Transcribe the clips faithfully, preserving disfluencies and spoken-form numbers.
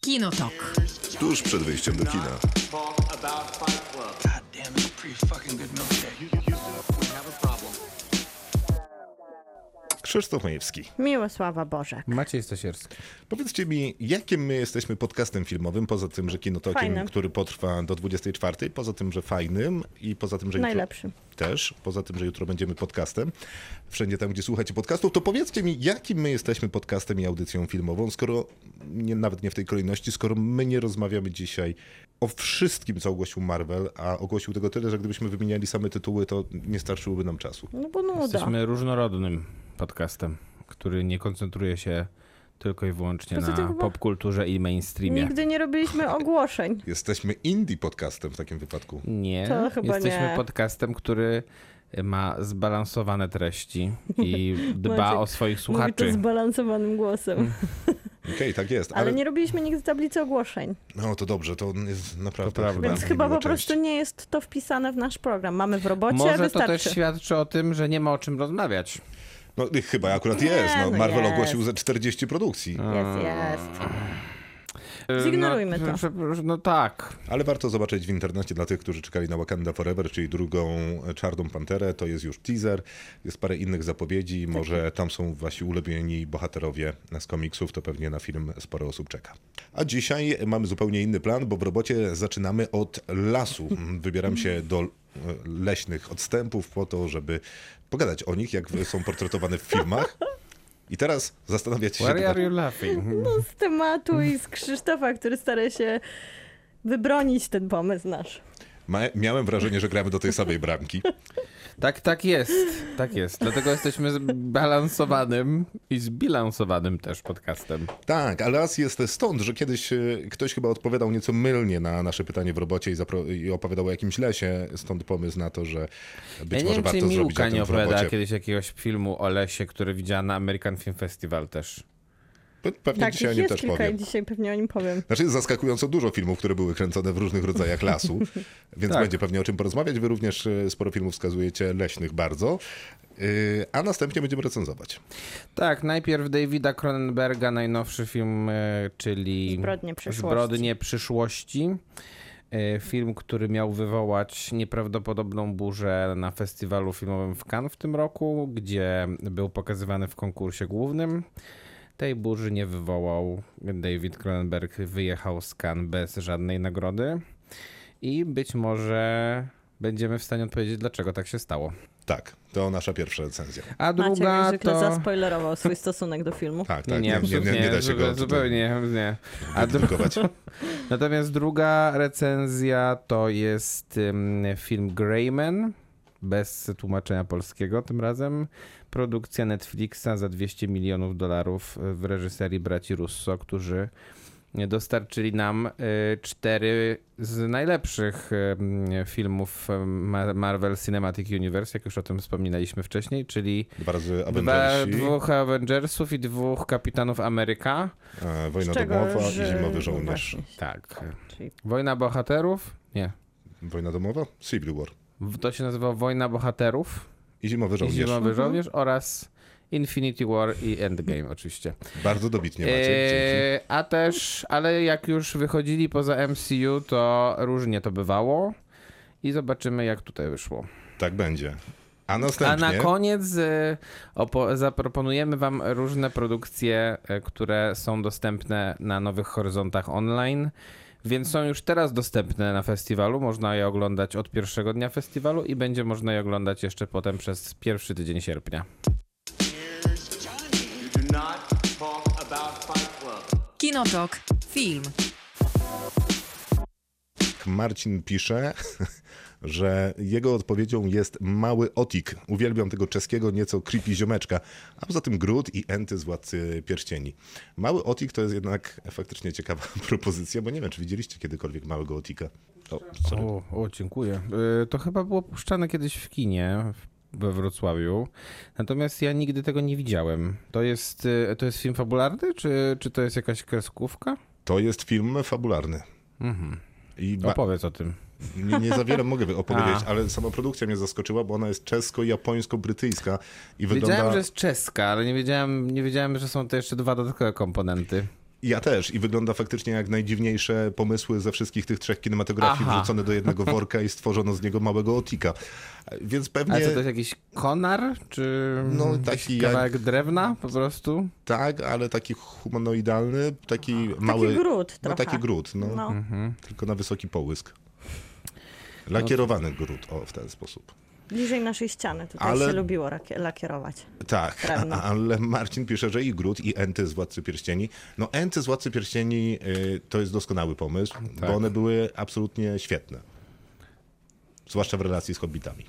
Kinotok. Tuż przed wyjściem do kina. Krzysztof Majewski. Miłosława Bożek. Maciej Stasierski. Powiedzcie mi, jakim my jesteśmy podcastem filmowym, poza tym, że Kinotokiem, Fajnym. który potrwa do dwudziestej czwartej, poza tym, że fajnym i poza tym, że Najlepszym. jutro też, poza tym, że jutro będziemy podcastem, wszędzie tam, gdzie słuchacie podcastów, to powiedzcie mi, jakim my jesteśmy podcastem i audycją filmową, skoro, nie, nawet nie w tej kolejności, skoro my nie rozmawiamy dzisiaj o wszystkim, co ogłosił Marvel, a ogłosił tego tyle, że gdybyśmy wymieniali same tytuły, to nie starczyłoby nam czasu. No bo nuda. Jesteśmy różnorodnym podcastem, który nie koncentruje się tylko i wyłącznie Poza tym na chyba popkulturze i mainstreamie. Nigdy nie robiliśmy ogłoszeń. Jesteśmy indie podcastem w takim wypadku. Nie, To chyba jesteśmy nie. podcastem, który ma zbalansowane treści i dba Maciek o swoich Mówi to słuchaczy. zbalansowanym głosem. Okej, okay, tak jest. Ale... Ale nie robiliśmy nigdy tablicy ogłoszeń. no to dobrze, to jest naprawdę To prawda. Więc chyba chyba niemiła po prostu część. nie jest to wpisane w nasz program. Mamy w robocie, Może to wystarczy. też świadczy o tym, że nie ma o czym rozmawiać. No chyba akurat Nie, jest. No, no Marvel jest. ogłosił ze czterdzieści produkcji. Jest, jest. Zignorujmy no, to. prze- No tak. Ale warto zobaczyć w internecie dla tych, którzy czekali na Wakanda Forever, czyli drugą Czarną Panterę. To jest już teaser, jest parę innych zapowiedzi. Może tam są wasi ulubieni bohaterowie z komiksów, to pewnie na film sporo osób czeka. A dzisiaj mamy zupełnie inny plan, bo w robocie zaczynamy od lasu. Wybieram się do leśnych odstępów po to, żeby pogadać o nich, jak są portretowane w filmach. I teraz zastanawiać się... Why are you laughing? No z tematu i z Krzysztofa, który stara się wybronić ten pomysł nasz. Ma, miałem wrażenie, że gramy do tej samej bramki. Tak, tak jest. Tak jest. Dlatego jesteśmy zbalansowanym i zbilansowanym też podcastem. Tak, ale raz jest stąd, że kiedyś e, ktoś chyba odpowiadał nieco mylnie na nasze pytanie w robocie i, zapro- i opowiadał o jakimś lesie. Stąd pomysł na to, że być Ja może nie wiem, warto czy zrobić Miłka o nie tym w opowiadała robocie. kiedyś jakiegoś filmu o lesie, który widziała na American Film Festival też. Pe- Pewnie Tak, dzisiaj o ich nim jest też kilka powiem. i dzisiaj pewnie o nim powiem. Znaczy jest zaskakująco dużo filmów, które były kręcone w różnych rodzajach lasu, więc Tak. będzie pewnie o czym porozmawiać. Wy również e, sporo filmów wskazujecie leśnych bardzo, yy, a następnie będziemy recenzować. Tak, najpierw Davida Cronenberga, najnowszy film, e, czyli Zbrodnie przyszłości. Zbrodnie przyszłości. E, Film, który miał wywołać nieprawdopodobną burzę na festiwalu filmowym w Cannes w tym roku, gdzie był pokazywany w konkursie głównym. Tej burzy nie wywołał. David Cronenberg wyjechał z Cannes bez żadnej nagrody i być może będziemy w stanie odpowiedzieć, dlaczego tak się stało. Tak, to nasza pierwsza recenzja. A Maciek jak druga zwykle to... zaspoilerował swój stosunek do filmu. Tak, Nie, tak, nie, nie, nie, absolutnie, nie, nie da się zu- go zupełnie nie. A dru- wyprodukować. Natomiast druga recenzja to jest ym, film Greyman, bez tłumaczenia polskiego tym razem. Produkcja Netflixa za dwieście milionów dolarów w reżyserii braci Russo, którzy dostarczyli nam y, cztery z najlepszych y, filmów Ma- Marvel Cinematic Universe, jak już o tym wspominaliśmy wcześniej, czyli Dwa razy dwa, Avengersi, dwóch Avengersów i dwóch Kapitanów Ameryka. e, Wojna Z czego, domowa że- i Zimowy no żołnierz. właśnie, Tak. czyli Wojna Bohaterów? Nie. Wojna domowa? Civil War. W- To się nazywa Wojna Bohaterów I Zimowy i żołnierz. Zimowy Żołnierz oraz Infinity War i Endgame oczywiście. Bardzo dobitnie macie. Eee, Dzięki. a też, ale jak już wychodzili poza M C U, to różnie to bywało i zobaczymy, jak tutaj wyszło. Tak będzie. A A następnie... na koniec e, opo- zaproponujemy wam różne produkcje, e, które są dostępne na Nowych Horyzontach online, więc są już teraz dostępne na festiwalu. Można je oglądać od pierwszego dnia festiwalu i będzie można je oglądać jeszcze potem przez pierwszy tydzień sierpnia. Kinotok. Film. Marcin pisze, że jego odpowiedzią jest mały otik. Uwielbiam tego czeskiego nieco creepy ziomeczka. A poza tym Groot i Enty z Władcy Pierścieni. Mały otik to jest jednak faktycznie ciekawa propozycja, bo nie wiem, czy widzieliście kiedykolwiek małego otika. O, sorry. O, o, dziękuję. Y, To chyba było puszczane kiedyś w kinie we Wrocławiu, natomiast ja nigdy tego nie widziałem. To jest, y, to jest film fabularny, czy, czy to jest jakaś kreskówka? To jest film fabularny. Mhm. I ba- Opowiedz o tym. nie, nie za wiele mogę opowiedzieć, A. ale sama produkcja mnie zaskoczyła, bo ona jest czesko-japońsko-brytyjska i wygląda... Wiedziałem, że jest czeska, ale nie wiedziałem, nie wiedziałem, że są to jeszcze dwa dodatkowe komponenty. Ja też i wygląda faktycznie jak najdziwniejsze pomysły ze wszystkich tych trzech kinematografii Aha. wrzucone do jednego worka i stworzono z niego małego otika. Więc pewnie... A co, to jest jakiś konar? Czy No, jakiś taki kawałek jak- drewna po prostu? Tak, ale taki humanoidalny, taki mały... Taki gród No trochę. taki gród, no. No. Mhm. Tylko na wysoki połysk. Lakierowany gród, o, w ten sposób. Bliżej naszej ściany. Tutaj Ale- się lubiło rakie- lakierować. Tak, Drewno. a, ale Marcin pisze, że i Groot, i Enty z Władcy Pierścieni. No Enty z Władcy Pierścieni y, to jest doskonały pomysł, Tak. bo one były absolutnie świetne. Zwłaszcza w relacji z Hobbitami.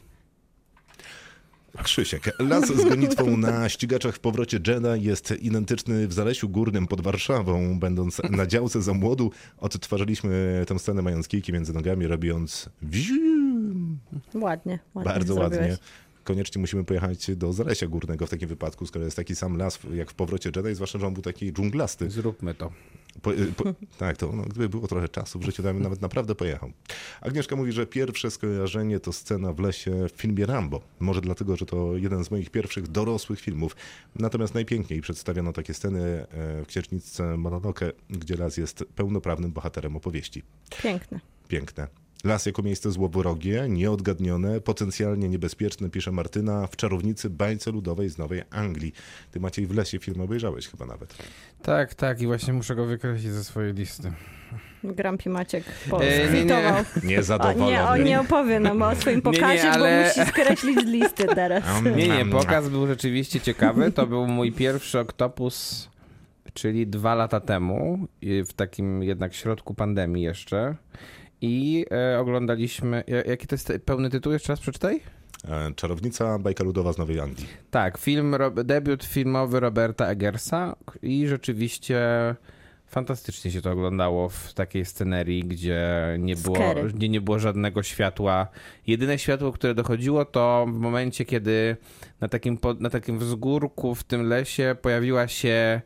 Krzysiek. Las z gonitwą na ścigaczach w powrocie Jedi jest identyczny w Zalesiu Górnym pod Warszawą. Będąc na działce za młodu, odtwarzaliśmy tę scenę mając kijki między nogami, robiąc wzium. Ładnie. ładnie Bardzo zrobiłeś. ładnie. Koniecznie musimy pojechać do Zalesia Górnego w takim wypadku, skoro jest taki sam las jak w powrocie Jedi, zwłaszcza, że on był taki dżunglasty. Zróbmy to. Po, po, tak, to no, gdyby było trochę czasu w życiu, to bym nawet naprawdę pojechał. Agnieszka mówi, że pierwsze skojarzenie to scena w lesie w filmie Rambo. Może dlatego, że to jeden z moich pierwszych dorosłych filmów. Natomiast najpiękniej przedstawiono takie sceny e, w Księżniczce Mononoke, gdzie las jest pełnoprawnym bohaterem opowieści. Piękne. Piękne. Las jako miejsce złowrogie, nieodgadnione, potencjalnie niebezpieczne, pisze Martyna, w Czarownicy bajce ludowej z Nowej Anglii. Ty, Maciej, w lesie film obejrzałeś chyba nawet. Tak, tak i właśnie muszę go wykreślić ze swojej listy. Grampi Maciek E, nie, nie. poskwitował. O, Niezadowolony. nie, on nie opowie nam o swoim Nie, nie, pokazie, ale- bo musi skreślić z listy teraz. Nie, nie, pokaz był rzeczywiście ciekawy. To był mój pierwszy Oktopus, czyli dwa lata temu, i w takim jednak środku pandemii jeszcze. I e, oglądaliśmy... ja- Jaki to jest pełny tytuł? Jeszcze raz przeczytaj. E, Czarownica bajka ludowa z Nowej Anglii. Tak, film, ro- debiut filmowy Roberta Eggersa i rzeczywiście fantastycznie się to oglądało w takiej scenerii, gdzie nie było, Scary. gdzie nie było żadnego światła. Jedyne światło, które dochodziło, to w momencie, kiedy na takim, pod, na takim wzgórku w tym lesie pojawiła się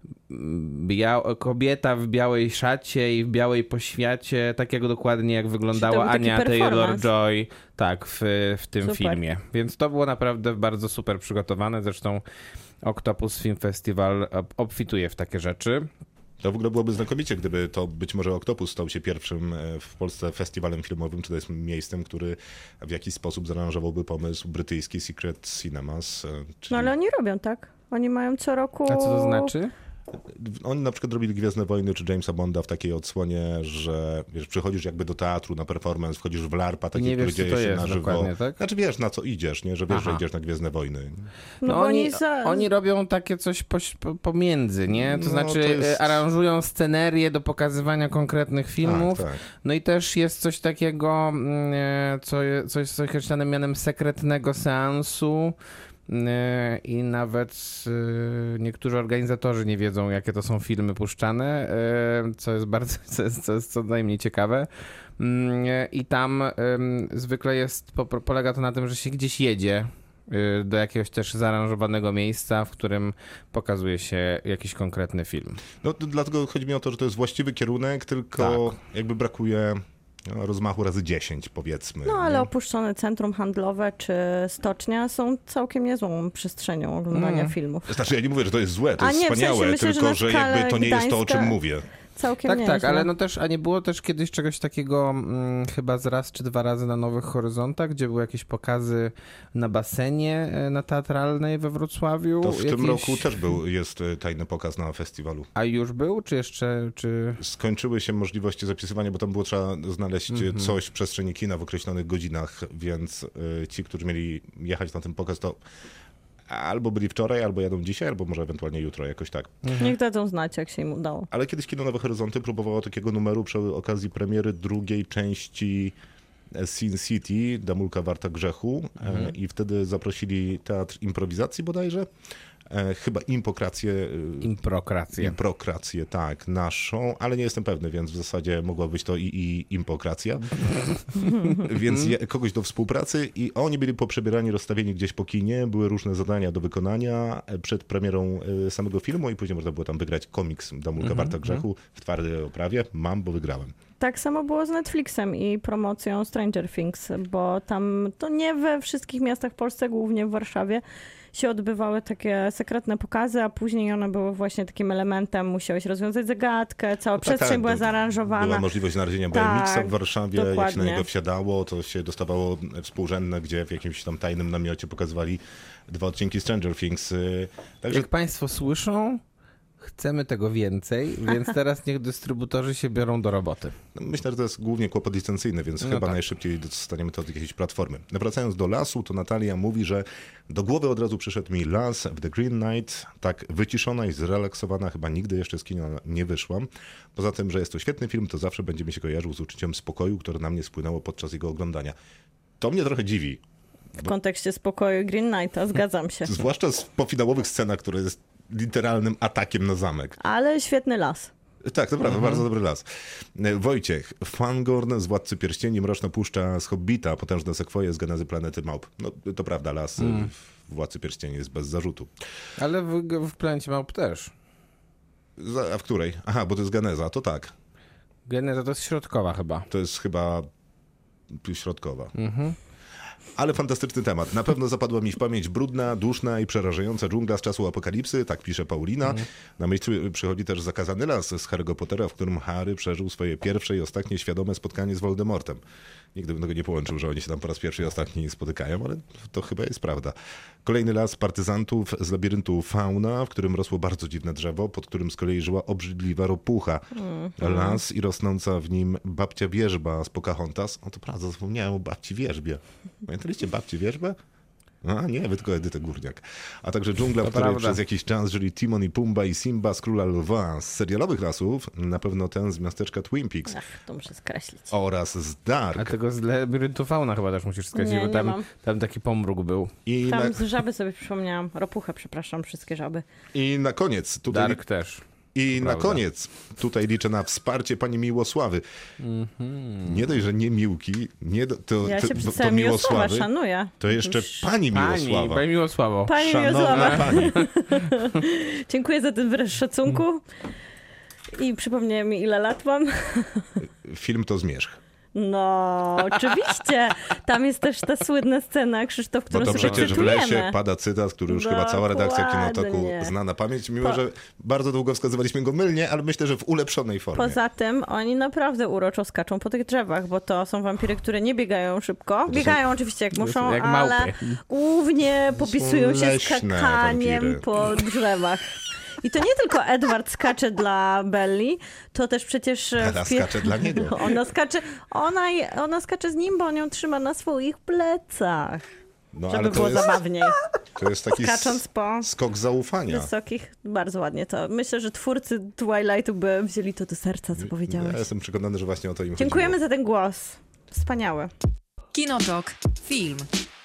bia- kobieta w białej szacie i w białej poświacie, tak jak dokładnie jak wyglądała Czyli to był taki Ania performance. Taylor-Joy tak, w, w tym Super. filmie. Więc to było naprawdę bardzo super przygotowane. Zresztą Octopus Film Festival ob- obfituje w takie rzeczy. To w ogóle byłoby znakomicie, gdyby to być może Oktopus stał się pierwszym e, w Polsce festiwalem filmowym, czy to jest miejscem, który w jakiś sposób zaaranżowałby pomysł brytyjski Secret Cinemas. e, Czyli No ale oni robią, tak? Oni mają co roku... A co to znaczy? Oni na przykład robili Gwiezdne Wojny czy Jamesa Bonda w takiej odsłonie, że wiesz, przychodzisz jakby do teatru na performance, wchodzisz w larpa, taki, Nie który wiesz, co dzieje to się jest na żywo. dokładnie, tak? Znaczy wiesz, na co idziesz, nie? Że wiesz, Aha. że idziesz na Gwiezdne Wojny. No, No bo oni, oni, za... oni robią takie coś poś, po, pomiędzy, nie? To No, znaczy to jest- e, aranżują scenerię do pokazywania konkretnych filmów. Tak, tak. No i też jest coś takiego, mm, e, co, je- coś z określanym mianem sekretnego seansu. E, I nawet e, niektórzy organizatorzy nie wiedzą, jakie to są filmy puszczane, e, co jest bardzo, co jest, co jest co najmniej ciekawe. Mm, e, I tam em, zwykle jest, po, polega to na tym, że się gdzieś jedzie y, do jakiegoś też zaaranżowanego miejsca, w którym pokazuje się jakiś konkretny film. No to dlatego chodzi mi o to, że to jest właściwy kierunek, tylko jakby brakuje no, rozmachu razy dziesięć, powiedzmy. No ale nie? opuszczone centrum handlowe czy stocznia są całkiem niezłą przestrzenią oglądania Mm. filmów. Znaczy ja nie mówię, że to jest złe, to A jest nie, w sensie wspaniałe, myślę, że tylko na że, skalę jakby to nie jest to, o czym Gdańska- mówię. Całkiem Tak, nieźle. tak, ale no też, a nie było też kiedyś czegoś takiego mm, chyba z raz czy dwa razy na Nowych Horyzontach, gdzie były jakieś pokazy na basenie e, na Teatralnej we Wrocławiu? To w jakieś... tym roku też był, jest y, tajny pokaz na festiwalu. A już był, czy jeszcze, czy... Skończyły się możliwości zapisywania, bo tam było trzeba znaleźć Mhm. coś w przestrzeni kina w określonych godzinach, więc y, ci, którzy mieli jechać na ten pokaz, to albo byli wczoraj, albo jadą dzisiaj, albo może ewentualnie jutro, jakoś tak. Niech dadzą znać, jak się im udało. Ale kiedyś Kino Nowe Horyzonty próbowało takiego numeru przy okazji premiery drugiej części Sin City, Damulka Warta Grzechu Mhm. e, i wtedy zaprosili Teatr Improwizacji bodajże, e, chyba Impokrację, e, Improkrację. Improkrację, tak, naszą, ale nie jestem pewny, więc w zasadzie mogła być to i, i improkracja. Więc je, kogoś do współpracy i oni byli poprzebierani, rozstawieni gdzieś po kinie, były różne zadania do wykonania e, przed premierą e, samego filmu i później można było tam wygrać komiks Damulka Warta Grzechu w twardej oprawie. Mam, bo wygrałem. Tak samo było z Netflixem i promocją Stranger Things, bo tam to nie we wszystkich miastach w Polsce, głównie w Warszawie, się odbywały takie sekretne pokazy, a później one były właśnie takim elementem, musiałeś rozwiązać zagadkę, cała No tak, przestrzeń tak, była to zaaranżowana. Była możliwość znalezienia B M X-a Tak, w Warszawie, jak się na dokładnie. niego wsiadało, to się dostawało współrzędne, gdzie w jakimś tam tajnym namiocie pokazywali dwa odcinki Stranger Things. y, Także Jak państwo słyszą, chcemy tego więcej, więc teraz niech dystrybutorzy się biorą do roboty. no, myślę, że to jest głównie kłopot licencyjny, więc No chyba tak. najszybciej dostaniemy to od jakiejś platformy. No, wracając do Lasu, to Natalia mówi, że do głowy od razu przyszedł mi Las w The Green Knight, tak wyciszona i zrelaksowana, chyba nigdy jeszcze z kina nie wyszłam. Poza tym, że jest to świetny film, to zawsze będzie mi się kojarzył z uczuciem spokoju, które na mnie spłynęło podczas jego oglądania. To mnie trochę dziwi, W kontekście spokoju Green Knighta, zgadzam się. zwłaszcza z pofinałowych scenach, które jest literalnym atakiem na zamek. Ale świetny las. Tak, to prawda, bardzo dobry las. E, Wojciech, Fangorn z Władcy Pierścieni, Mroczna Puszcza z Hobbita, potężne sekwoje z genezy Planety Małp. No to prawda, las mm. w Władcy Pierścieni jest bez zarzutu. Ale w, w Planecie Małp też. Za, a w której? Aha, bo to jest geneza, to tak. Geneza to jest środkowa chyba. To jest chyba środkowa. Mhm. Ale fantastyczny temat. Na pewno zapadła mi w pamięć brudna, duszna i przerażająca dżungla z czasu apokalipsy, tak pisze Paulina. Mhm. Na myśl przychodzi też Zakazany Las z Harry'ego Pottera, w którym Harry przeżył swoje pierwsze i ostatnie świadome spotkanie z Voldemortem. Nigdy bym tego nie połączył, że oni się tam po raz pierwszy i ostatni spotykają, ale to chyba jest prawda. Kolejny las partyzantów z labiryntu Fauna, w którym rosło bardzo dziwne drzewo, pod którym z kolei żyła obrzydliwa ropucha. Mhm. Las i rosnąca w nim babcia wierzba z Pocahontas. O to prawda, zapomniałem o babci wierzbie. Pamiętaliście babcię wierzbę? A nie, wy tylko Edytę Górniak. A także dżungla, To w której prawda. przez jakiś czas żyli Timon i Pumba i Simba z Króla Lwa. Z serialowych lasów na pewno ten z miasteczka Twin Peaks Ach, to muszę skreślić. oraz z Dark. A tego z labiryntu Fauna chyba też musisz skreślić, Nie, bo nie tam, mam. tam taki pomruk był. I na, Tam z żaby sobie przypomniałam. Ropuchę, przepraszam, wszystkie żaby. I na koniec tutaj... Dark też. I na prawda. koniec tutaj liczę na wsparcie pani Miłosławy. Mhm. Nie dość, że nie Miłki, nie do, to, Ja to, się to, przedstawiam to Miłosława, Miłosławy, szanuję. to jeszcze Już- pani Pani, Miłosława. pani Miłosławo. Pani Szanowna Miłosława. pani. Dziękuję za ten wyraz szacunku. I przypomniałem mi, ile lat mam. Film to zmierzch. No, oczywiście. Tam jest też ta słynna scena, Krzysztof, Bo którą to sobie przecież w cytujemy. lesie pada cytat, który już chyba cała redakcja Kinotoku Dokładnie. zna na pamięć, mimo Po- że bardzo długo wskazywaliśmy go mylnie, ale myślę, że w ulepszonej formie. Poza tym oni naprawdę uroczo skaczą po tych drzewach, bo to są wampiry, które nie biegają szybko. Biegają oczywiście jak muszą, jak ale małpy. głównie popisują się leśne skakaniem wampiry. po drzewach. I to nie tylko Edward skacze dla Belli, to też przecież... e, Bella w pie- skacze dla niego. Ona skacze, ona, je- ona skacze z nim, bo on ją trzyma na swoich plecach, No, żeby ale to było jest, zabawniej. to jest taki Skacząc po skok zaufania. wysokich, bardzo ładnie to. Myślę, że twórcy Twilightu by wzięli to do serca, co powiedziałeś. Ja jestem przekonany, że właśnie o to im Dziękujemy chodziło. za ten głos. Wspaniały. Kinotok. Film.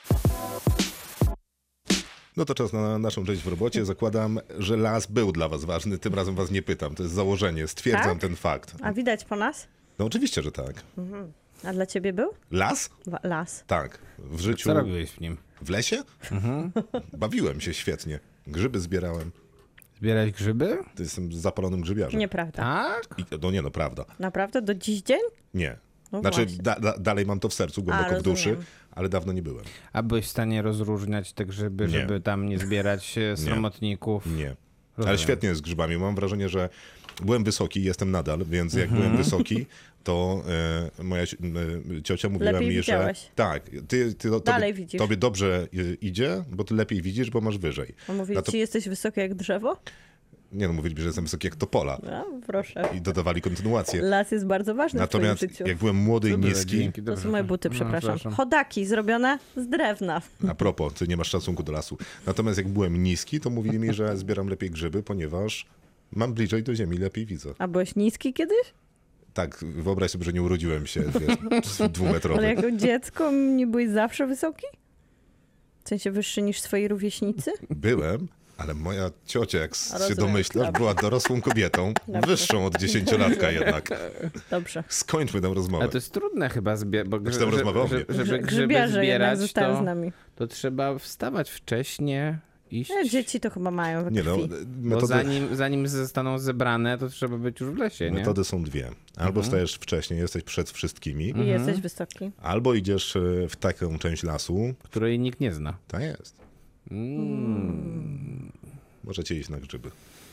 No to czas na naszą część w robocie. Zakładam, że las był dla was ważny. Tym razem was nie pytam. To jest założenie. Stwierdzam Tak? ten fakt. A widać po nas? No oczywiście, że tak. A dla ciebie był? Las? Wa- Las. Tak. W życiu. Co robiłeś w nim? W lesie? Bawiłem się świetnie. Grzyby zbierałem. Zbierać grzyby? To jestem zapalonym grzybiarzem. Nieprawda. Tak? I, no nie, no prawda. Naprawdę? Do dziś dzień? Nie. No Znaczy, właśnie. da, da, dalej mam to w sercu, głęboko A, w duszy, rozumiem. ale dawno nie byłem. A byłeś w stanie rozróżniać te grzyby, Nie. żeby tam nie zbierać e, sromotników? Nie. Ale Rozumiem. świetnie jest z grzybami. Mam wrażenie, że byłem wysoki, jestem nadal, więc jak byłem wysoki, to e, moja ci- e, ciocia mówiła Lepiej mi, widziałeś. że tak, ty, ty, Dalej tobie, widzisz. tobie dobrze e, idzie, bo ty lepiej widzisz, bo masz wyżej. On mówi, No to- ci jesteś wysoki jak drzewo? Nie no, mówili, że jestem wysoki jak topola. No, proszę. I dodawali kontynuację. Las jest bardzo ważny Natomiast w twoim życiu. jak byłem młody i Dobrze, niski, dzięki, To dobrze. są moje buty, No, przepraszam. Chodaki zrobione z drewna. a propos, ty nie masz szacunku do lasu. Natomiast jak byłem niski, to mówili mi, że zbieram lepiej grzyby, ponieważ mam bliżej do ziemi, lepiej widzę. A byłeś niski kiedyś? Tak, wyobraź sobie, że nie urodziłem się, wiesz, Ale dwumetrowy. jako dziecko nie byłeś zawsze wysoki? W sensie wyższy niż swoi rówieśnicy? Byłem, ale moja ciocia, jak s- się Rozumiem. domyślasz, Dobrze. była dorosłą kobietą, Dobrze. wyższą od dziesięciolatka jednak. Dobrze. Skończmy tę rozmowę. Ale to jest trudne chyba, zbie- bo Znaczy, tam rozmowę o mnie. żeby, żeby grzyby Grzybiarze jednak zbierać, zostają z to, nami. to trzeba wstawać wcześnie, iść, E, Dzieci to chyba mają we Nie no, krwi. bo metody, zanim, zanim zostaną zebrane, to trzeba być już w lesie, nie? metody są dwie. Albo wstajesz wcześniej, jesteś przed wszystkimi, I jesteś wysoki. albo idziesz e, w taką część lasu, Której nikt nie zna. ta jest. Mm. Możecie iść na grzyby.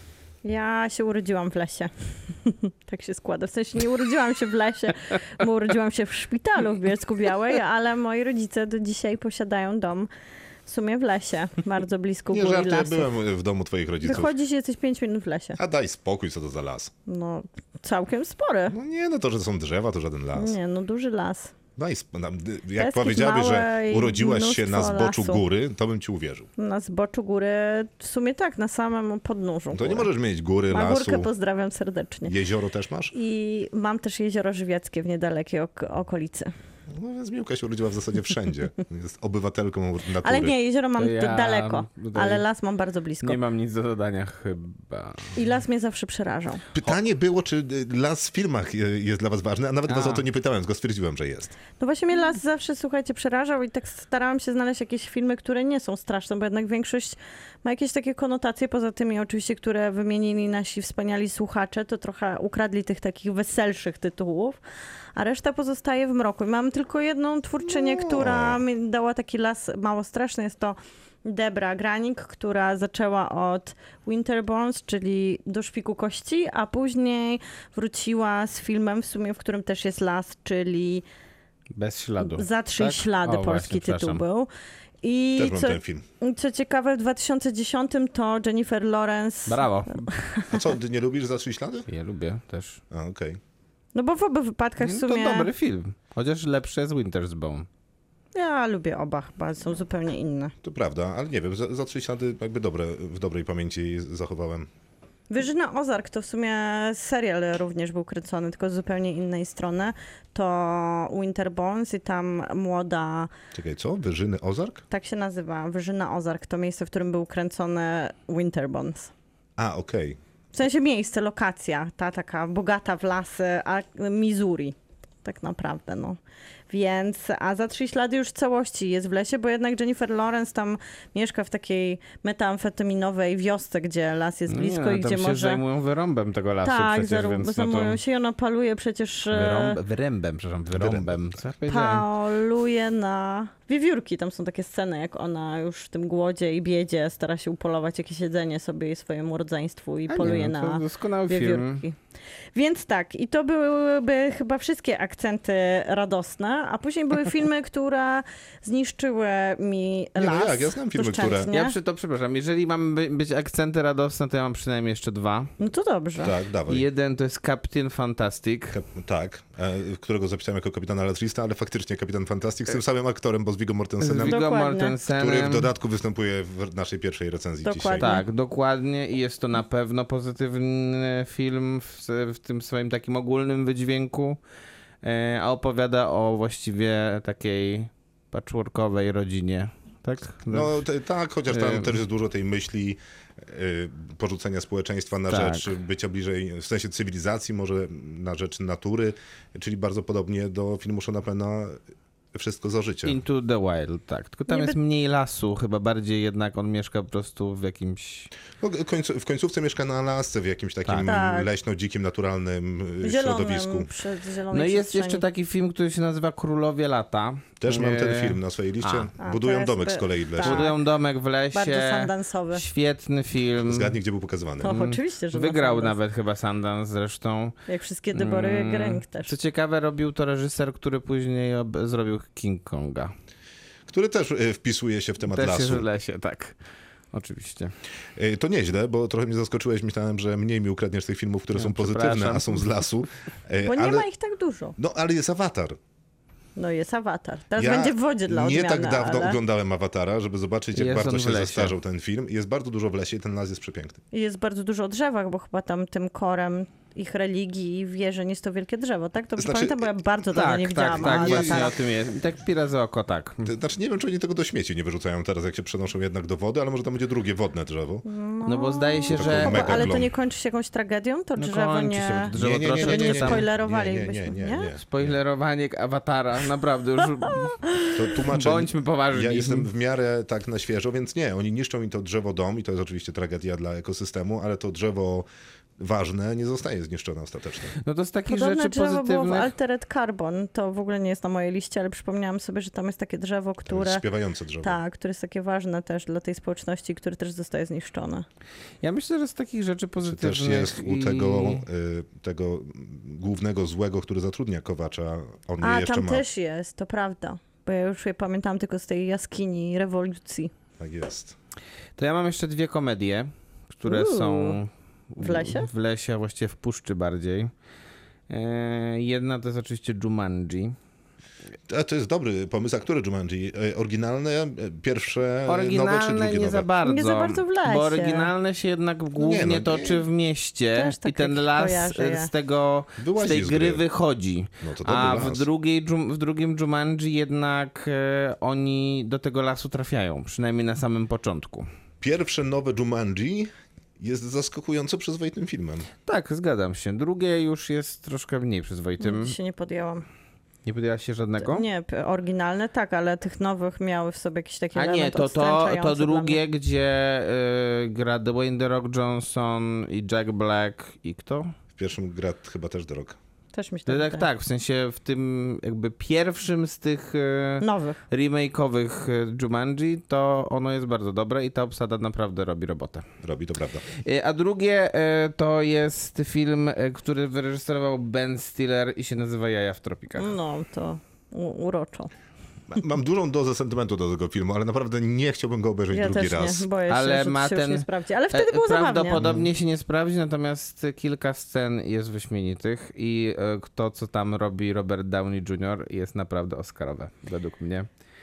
Ja się urodziłam w lesie. Tak się składa. W sensie nie urodziłam się w lesie, bo urodziłam się w szpitalu w Bielsku Białej, ale moi rodzice do dzisiaj posiadają dom w sumie w lesie, bardzo blisko Nie gór i żartuję, lasów. byłem w domu twoich rodziców. Wychodzisz i jesteś pięć minut w lesie. A daj spokój, co to za las. No, całkiem spory. No nie, no to, że są drzewa, to żaden las. Nie, no duży las. Daj sp- na- Jak Peski powiedziałabyś, że małe i urodziłaś się na mnóstwo zboczu lasu. góry, to bym ci uwierzył. Na zboczu góry, w sumie tak, na samym podnóżu. To nie góry. możesz mieć góry, Ma lasu. górkę pozdrawiam serdecznie. Jezioro też masz? I mam też jezioro żywieckie w niedalekiej ok- okolicy. No więc Miłka się urodziła w zasadzie wszędzie. Jest obywatelką natury. Ale nie, jezioro mam To ja d- daleko, tutaj ale las mam bardzo blisko. Nie mam nic do dodania chyba. I las mnie zawsze przerażał. Pytanie było, czy y, las w filmach y, jest dla was ważny, a nawet was A. o to nie pytałem, tylko stwierdziłem, że jest. No właśnie mnie las zawsze, słuchajcie, przerażał i tak starałam się znaleźć jakieś filmy, które nie są straszne, bo jednak większość ma jakieś takie konotacje, poza tymi oczywiście, które wymienili nasi wspaniali słuchacze, to trochę ukradli tych takich weselszych tytułów, a reszta pozostaje w mroku. I mam tylko jedną twórczynię, No. która mi dała taki las mało straszny, jest to Debra Granik, która zaczęła od Winterborns, czyli Do szpiku kości, a później wróciła z filmem w sumie, w którym też jest las, czyli Bez śladu. Za trzy tak? ślady O, polski właśnie, tytuł przepraszam. był. I Też mam co, ten film. co ciekawe, w dwa tysiące dziesiątym to Jennifer Lawrence. Brawo. A co, ty nie lubisz Za trzy ślady? Ja lubię też. A, okej. No bo w obu wypadkach w No sumie. to dobry film. Chociaż lepszy jest Winter's Bone. Ja lubię oba, chyba są zupełnie inne. To prawda, ale nie wiem, za, za trzy ślady jakby dobre, w dobrej pamięci zachowałem. Wyżyna Ozark to w sumie serial również był kręcony, tylko z zupełnie innej strony. To Winterborns i tam młoda, Czekaj, co? Wyżyny Ozark? tak się nazywa, Wyżyna Ozark, to miejsce, w którym był kręcony Winterborns. A, okej. W sensie miejsce, lokacja, ta taka bogata w lasy, a Missouri, tak naprawdę, no. Więc, a Za trzy ślady już w całości jest w lesie, bo jednak Jennifer Lawrence tam mieszka w takiej metamfetaminowej wiosce, gdzie las jest blisko nie, i no, gdzie tam się może... zajmują wyrąbem tego lasu Tak, przecież, zaru- więc no zajmują to... się i ona paluje przecież... e, Wyrąb... Wyrębem, przepraszam, wyrąbem. Wyrębem, Co ja powiedziałem? Poluje na wiewiórki. Tam są takie sceny, jak ona już w tym głodzie i biedzie stara się upolować jakieś jedzenie sobie i swojemu rodzeństwu i A poluje nie, no, to na doskonały film. wiewiórki. Więc tak, i to byłyby chyba wszystkie akcenty radosne, a później były filmy, które zniszczyły mi Nie, no las. jak, ja znam filmy, które- doszczętnie. Ja przy to, przepraszam, jeżeli mamy by, być akcenty radosne, to ja mam przynajmniej jeszcze dwa. No to dobrze. Tak, dawaj. Jeden to jest Captain Fantastic. Kap- tak, e, którego zapisałem jako kapitana Latrista, ale faktycznie Kapitan Fantastic z tym samym aktorem, bo z Viggo Z Mortensenem, Viggo Dokładnie. Mortensenem. który w dodatku występuje w naszej pierwszej recenzji Dokładnie. dzisiaj. Tak, dokładnie i jest to na pewno pozytywny film w, w tym swoim takim ogólnym wydźwięku, e, a opowiada o właściwie takiej patchworkowej rodzinie, tak? No te, tak, chociaż tam Ym. też jest dużo tej myśli y, porzucenia społeczeństwa na Tak. rzecz bycia bliżej, w sensie cywilizacji, może na rzecz natury, czyli bardzo podobnie do filmu Seana Penna Wszystko za życie. Into the Wild, tak. Tylko tam Niby- jest mniej lasu, chyba bardziej jednak on mieszka po prostu w jakimś... No, końcu, w końcówce mieszka na Alasce w jakimś takim Tak. leśno-dzikim, naturalnym y, W zielonym, środowisku. przed zielonej No i jest przestrzeni. jeszcze taki film, który się nazywa Królowie Lata. Też mam ten E, film na swojej liście. A, to Budują jest domek by- z kolei w lesie. tak. Budują domek w lesie. Bardzo sundance'owy. Świetny film. Zgadnij, gdzie był pokazywany. To oczywiście, że na Wygrał Sundance. nawet chyba Sundance zresztą. Jak wszystkie Debory Mm, Grank też. Co ciekawe, robił to reżyser, który później ob- zrobił King Konga. Który też y, wpisuje się w temat Też lasu. jest w lesie, tak. Oczywiście. Y, To nieźle, bo trochę mnie zaskoczyłeś. Myślałem, że mniej mi ukradniesz tych filmów, które No, są pozytywne, przepraszam. a są z lasu. Y, Bo nie ale, ma ich tak dużo. No, ale jest Awatar. No jest Awatar. Teraz Ja będzie w wodzie dla odmiany, Nie tak dawno ale oglądałem Awatara, żeby zobaczyć, jak Jest bardzo on w się lesie. zestarzał ten film. Jest bardzo dużo w lesie i ten las jest przepiękny. jest bardzo dużo o drzewach, bo chyba tam tym korem ich religii i wierzeń jest to wielkie drzewo, tak? Dobrze Znaczy, pamiętam, bo ja bardzo dawno Tak, nie tak, widziałam tak, nie, właśnie Awatara. o tym jest. I tak pira za oko, tak. To Znaczy, nie wiem, czy oni tego do śmieci nie wyrzucają teraz, jak się przenoszą jednak do wody, ale może tam będzie drugie wodne drzewo. No bo zdaje się, Taką że... mega Ale to glom. nie kończy się jakąś tragedią? To No drzewo kończy nie... się, bo to drzewo Nie, nie, nie, troszeczkę nie, nie, nie. tam... spoilerowali, Nie, nie, byśmy, nie, nie, nie. Spoilerowanie Awatara, naprawdę już... To tłumaczę. Bądźmy poważni. Ja jestem w miarę tak na świeżo, więc nie, oni niszczą mi to drzewo dom i to jest oczywiście tragedia dla ekosystemu, ale to drzewo ważne, nie zostaje zniszczone ostatecznie. No to z takich Podobne rzeczy drzewo było w pozytywnych... Altered Carbon. To w ogóle nie jest na mojej liście, ale przypomniałam sobie, że tam jest takie drzewo, To które... jest śpiewające drzewo. Tak, które jest takie ważne też dla tej społeczności, które też zostaje zniszczone. Ja myślę, że z takich rzeczy Czy pozytywnych... też jest u i- tego, y, tego głównego złego, który zatrudnia Kowacza, on je A, jeszcze tam ma. też jest, to prawda. Bo ja już je pamiętam tylko z tej jaskini rewolucji. Tak jest. To ja mam jeszcze dwie komedie, które Uuu. są... W lesie? W lesie, a właściwie w puszczy bardziej. E, Jedna to jest oczywiście Jumanji. A to jest dobry pomysł. A które Jumanji? E, Oryginalne, e, pierwsze nowe czy Oryginalne drugie nie nowe? za bardzo. Nie za bardzo w lesie. Bo oryginalne się jednak głównie no, nie. toczy w mieście Też tak i ten jakieś las kojarzę je. z tego, Wyłazi z tej z gry gry. wychodzi. No to dobry A w, las. drugiej, Dżum- w drugim Jumanji jednak e, oni do tego lasu trafiają, przynajmniej na samym początku. Pierwsze nowe Jumanji jest zaskakująco przyzwoitym filmem. Tak, zgadzam się. Drugie już jest troszkę mniej przyzwoitym. Nigdy się nie podjęłam. Nie podjęłaś się żadnego? Nie, p- oryginalne tak, ale tych nowych miały w sobie jakiś taki A element nie, to, to, odstręczający to dla drugie, mnie. gdzie y, gra Dwayne The Rock Johnson i Jack Black i kto? W pierwszym gra chyba też The Rock. Też mi się Tak, tak tak, wydaje. tak, w sensie w tym jakby pierwszym z tych y, Nowych. remake'owych y, Jumanji, to ono jest bardzo dobre i ta obsada naprawdę robi robotę. Robi, to prawda. Y, A drugie y, to jest film, y, który wyreżyserował Ben Stiller i się nazywa Jaja w tropikach. No, to u- uroczo. Ma- Mam dużą dozę sentymentu do tego filmu, ale naprawdę nie chciałbym go obejrzeć Ja drugi też raz. nie, boję się, Ale że ma to się ten- już nie sprawdzi. Ale wtedy było zabawnie. Prawdopodobnie się nie sprawdzi, natomiast kilka scen jest wyśmienitych i e, to, co tam robi Robert Downey junior jest naprawdę oscarowe, według mnie.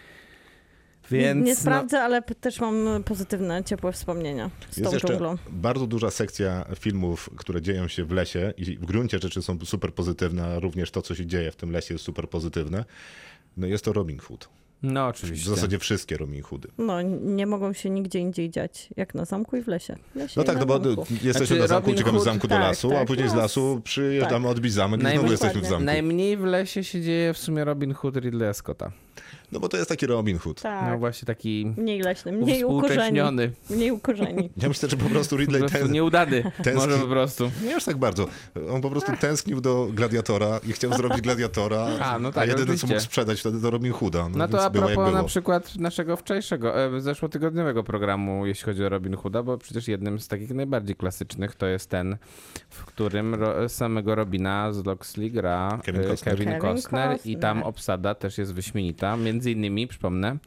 Więc nie, nie no, sprawdzę, ale p- też mam pozytywne, ciepłe wspomnienia z Jest tą jeszcze dżunglą. bardzo duża sekcja filmów, które dzieją się w lesie i w gruncie rzeczy są super pozytywne, a również to, co się dzieje w tym lesie jest super pozytywne. No jest to Robin Hood. no W oczywiście. zasadzie wszystkie Robin Hoody. No, nie mogą się nigdzie indziej dziać, jak na zamku i w lesie. W lesie No i tak, na no bo zamku. jesteśmy Znaczy, na zamku, Robin uciekamy z Hood- zamku do tak, lasu, a tak, później z las. lasu przyjeżdżamy, odbić zamek i Najmniej- znowu jesteśmy w zamku. Najmniej w lesie się dzieje w sumie Robin Hood Ridleya Scotta. No bo to jest taki Robin Hood. Tak, No właśnie taki mniej leśny, mniej ukorzeni. uwspółcześniony. Mniej ukorzeni. Ja myślę, że po prostu Po Ridley prostu ten... nieudany. tęskni- Może po prostu. Nie aż tak bardzo. On po prostu tęsknił do Gladiatora i chciał zrobić Gladiatora, A, no tak, a jedyne, co oczywiście. mógł sprzedać wtedy to Robin Hooda. No, No to więc a było jak propos było. na przykład naszego wczorajszego, e, zeszłotygodniowego programu, jeśli chodzi o Robin Hooda, bo przecież jednym z takich najbardziej klasycznych to jest ten, w którym ro, samego Robina z Loxley gra Kevin e, Costner. Kevin Kevin Costner i tam Costner. obsada też jest wyśmienita. Między innymi, przypomnę,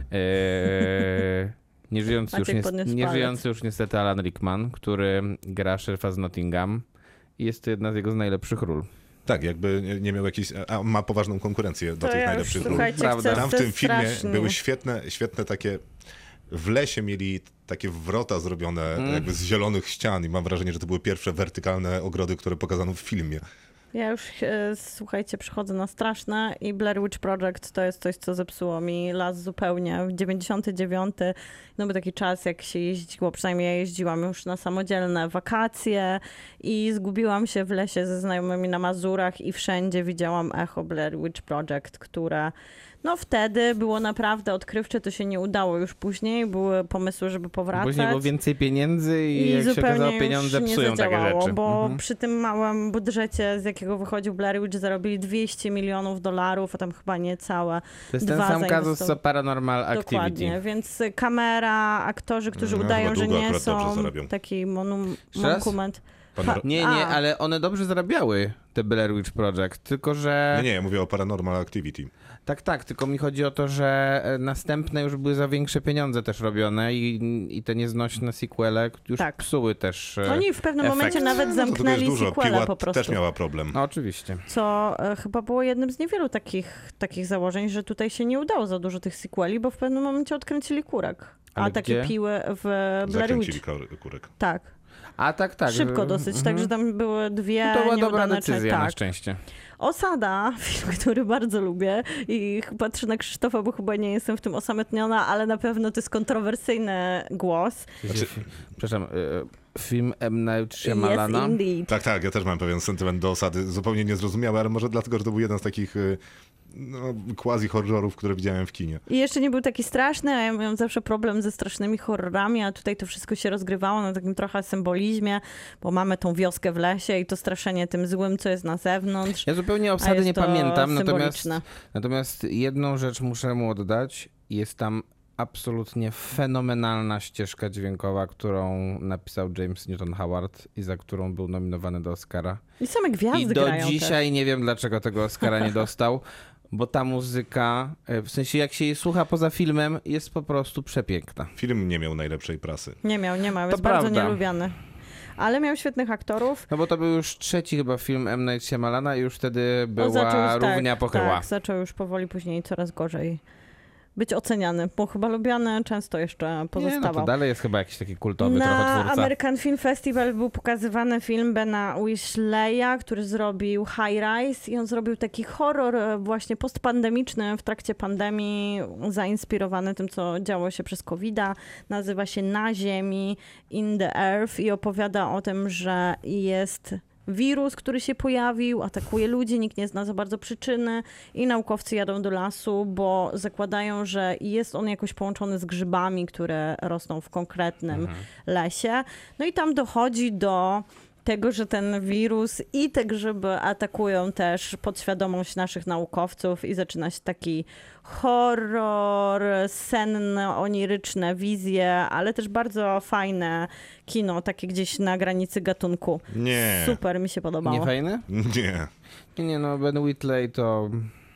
e, nieżyjący, już Maciek nies- podniósł nieżyjący już niestety Alan Rickman, który gra szeryfa z Nottingham i jest to jedna z jego z najlepszych ról. Tak, jakby nie- nie miał jakiejś... A ma poważną konkurencję do To tych ja już, najlepszych ról. słuchajcie, Prawda. chcę Tam w chcę tym filmie strasznie. były świetne, świetne takie... W lesie mieli takie wrota zrobione Mm. jakby z zielonych ścian i mam wrażenie, że to były pierwsze wertykalne ogrody, które pokazano w filmie. Ja już, e, słuchajcie, przychodzę na straszne i Blair Witch Project to jest coś, co zepsuło mi las zupełnie. W dziewięćdziesiąty dziewiąty no był taki czas, jak się jeździło, przynajmniej ja jeździłam już na samodzielne wakacje i zgubiłam się w lesie ze znajomymi na Mazurach i wszędzie widziałam echo Blair Witch Project, które no wtedy było naprawdę odkrywcze, to się nie udało już później, były pomysły, żeby powracać. Później było więcej pieniędzy i, I jak się zupełnie okazało, już pieniądze nie psują takie zadziałało, rzeczy. bo Mhm. przy tym małym budżecie, z jakiego wychodził Blair Witch, zarobili dwieście milionów dolarów, a tam chyba niecałe. To jest ten dwa sam kazus zainwestował- co Paranormal Activity. Dokładnie, więc kamera, aktorzy, którzy No, udają, chyba że długo nie akurat dobrze są, zarabią. taki monum, Jeszcze raz? monument. Pan... Ha- Nie, nie, A. ale one dobrze zarabiały, te Blair Witch Project, tylko że... Nie, nie, ja mówię o Paranormal Activity. Tak, tak, tylko mi chodzi o to, że e, następne już były za większe pieniądze też robione i, i te nieznośne sequele już Tak. psuły też e, Oni w pewnym efekt. momencie nawet No, to tego jest zamknęli dużo. sequela Piła po prostu. też miała problem. No oczywiście. Co e, chyba było jednym z niewielu takich, takich założeń, że tutaj się nie udało za dużo tych sequeli, bo w pewnym momencie odkręcili kurek. A Ale takie gdzie? piły w Blair Zakręcili Witch. kor- kurek. Tak, A tak, tak. szybko że- dosyć, mhm. także tam były dwie No to była dobra nieudane decyzja tak. na szczęście. Osada, film, który bardzo lubię i patrzę na Krzysztofa, bo chyba nie jestem w tym osamotniona, ale na pewno to jest kontrowersyjny głos. Znaczy- Przepraszam, e, film M. Night Yes, Shyamalana. indeed. Tak, tak, ja też mam pewien sentyment do osady, zupełnie niezrozumiały, ale może dlatego, że to był jeden z takich y, no, quasi-horrorów, które widziałem w kinie. I jeszcze nie był taki straszny, a ja miałam zawsze problem ze strasznymi horrorami, a tutaj to wszystko się rozgrywało na takim trochę symbolizmie, bo mamy tą wioskę w lesie i to straszenie tym złym, co jest na zewnątrz. Ja zupełnie a obsady jest nie to pamiętam, natomiast, symboliczne. natomiast jedną rzecz muszę mu oddać. Jest tam absolutnie fenomenalna ścieżka dźwiękowa, którą napisał James Newton Howard i za którą był nominowany do Oscara. I same gwiazdy I do grają dzisiaj też. nie wiem, dlaczego tego Oscara nie dostał, bo ta muzyka, w sensie jak się jej słucha poza filmem, jest po prostu przepiękna. Film nie miał najlepszej prasy. Nie miał, nie miał, To jest bardzo prawda. nielubiany. Ale miał świetnych aktorów. No bo to był już trzeci chyba film M. Night Shyamalana i już wtedy On była zaczął już, równia tak, pochyła. Tak, zaczął już powoli później coraz gorzej być oceniany, bo chyba lubiany często jeszcze Nie, no pozostawał. to dalej jest chyba jakiś taki kultowy trochę Na twórca. American Film Festival był pokazywany film Bena Wishleya, który zrobił High Rise i on zrobił taki horror e, właśnie postpandemiczny w trakcie pandemii, zainspirowany tym, co działo się przez kowida. Nazywa się Na Ziemi, In the Earth i opowiada o tym, że jest wirus, który się pojawił, atakuje ludzi, nikt nie zna za bardzo przyczyny i naukowcy jadą do lasu, bo zakładają, że jest on jakoś połączony z grzybami, które rosną w konkretnym lesie. No i tam dochodzi do tego, że ten wirus i te grzyby atakują też podświadomość naszych naukowców i zaczyna się taki horror, senne, oniryczne wizje, ale też bardzo fajne kino, takie gdzieś na granicy gatunku. Nie. Super, mi się podobało. Nie fajny? Nie. Nie, nie, no Ben Whitley to...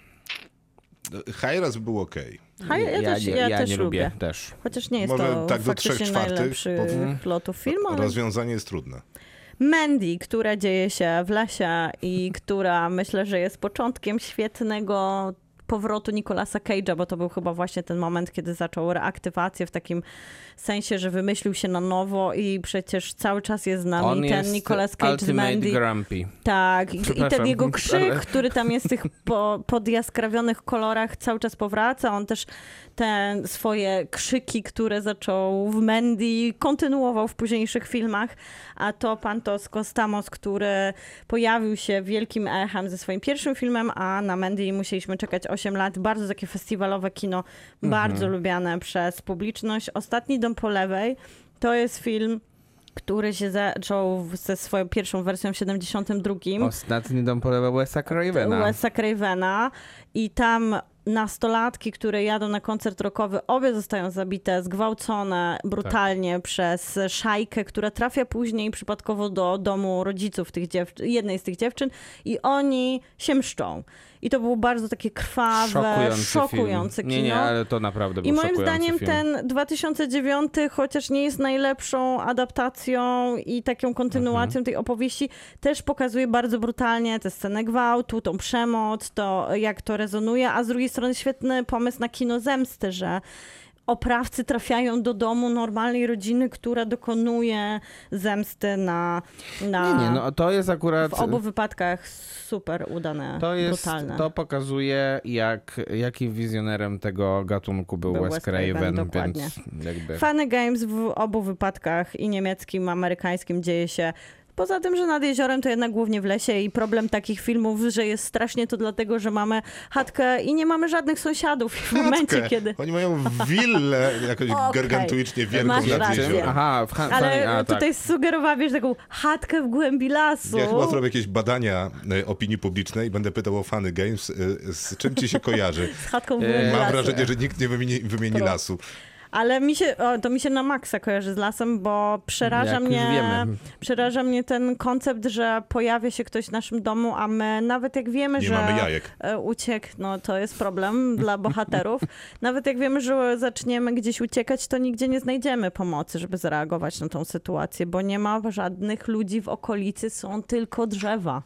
Hi-Raz był okej. Ha, ja, ja też, nie, ja ja też nie lubię. lubię też. Chociaż nie jest Może to tak do trzech faktycznie czwartych, najlepszy bo- lotów filmu, ale Rozwiązanie jest trudne. Mandy, która dzieje się w lesie i która myślę, że jest początkiem świetnego powrotu Nicolasa Cage'a, bo to był chyba właśnie ten moment, kiedy zaczął reaktywację w takim sensie, że wymyślił się na nowo i przecież cały czas jest z nami On ten jest Nicolas Cage z Ultimate Mandy. Grumpy. Tak, i, i ten Przepraszam, jego krzyk, ale- który tam jest w tych po, podjaskrawionych kolorach, cały czas powraca. On też te swoje krzyki, które zaczął w Mandy, kontynuował w późniejszych filmach, a to Pantos Costamos, który pojawił się wielkim echem ze swoim pierwszym filmem, a na Mandy musieliśmy czekać osiem lat. Bardzo takie festiwalowe kino, bardzo lubiane przez publiczność. Ostatni dom po lewej to jest film, który się zaczął ze swoją pierwszą wersją w siedemdziesiątym drugim. Ostatni dom polewa Wes'a Cravena. Wes'a Cravena i tam nastolatki, które jadą na koncert rockowy, obie zostają zabite, zgwałcone brutalnie przez szajkę, która trafia później przypadkowo do domu rodziców tych dziew- jednej z tych dziewczyn i oni się mszczą. I to było bardzo takie krwawe, Szokujący, szokujące film. kino. Nie, nie, ale to naprawdę był I moim szokujący zdaniem film. ten dwa tysiące dziewiąty, chociaż nie jest najlepszą adaptacją i taką kontynuacją Mhm. tej opowieści, też pokazuje bardzo brutalnie tę scenę gwałtu, tą przemoc, to jak to rezonuje, a z drugiej strony świetny pomysł na kino zemsty, że oprawcy trafiają do domu normalnej rodziny, która dokonuje zemsty na... na Nie, nie, no to jest akurat... w obu wypadkach super udane, To jest, brutalne. to pokazuje, jak, jakim wizjonerem tego gatunku był, Był Wes Wes Craven, Craven, dokładnie. więc jakby... Funny Games w obu wypadkach, i niemieckim, i amerykańskim, dzieje się poza tym, że nad jeziorem to jednak głównie w lesie i problem takich filmów, że jest strasznie to dlatego, że mamy chatkę i nie mamy żadnych sąsiadów. I w momencie, Chatkę. kiedy... Oni mają willę jakoś Okej. gargantuicznie wielką Masz nad rację. jeziorem. Aha, w ha- Ale funny, a, tak. tutaj sugerowałeś taką chatkę w głębi lasu. Ja chyba zrobię jakieś badania e, opinii publicznej i będę pytał o Funny Games, e, z czym ci się kojarzy. Z chatką w E, głębi Mam lasu. wrażenie, że nikt nie wymieni, wymieni Pro. lasu. Ale mi się, o, to mi się na maksa kojarzy z lasem, bo przeraża Jak już mnie, wiemy. przeraża mnie ten koncept, że pojawia się ktoś w naszym domu, a my nawet jak wiemy, Nie że mamy jajek. e, uciekł, no to jest problem dla bohaterów. Nawet jak wiemy, że zaczniemy gdzieś uciekać, to nigdzie nie znajdziemy pomocy, żeby zareagować na tą sytuację, bo nie ma żadnych ludzi w okolicy, są tylko drzewa.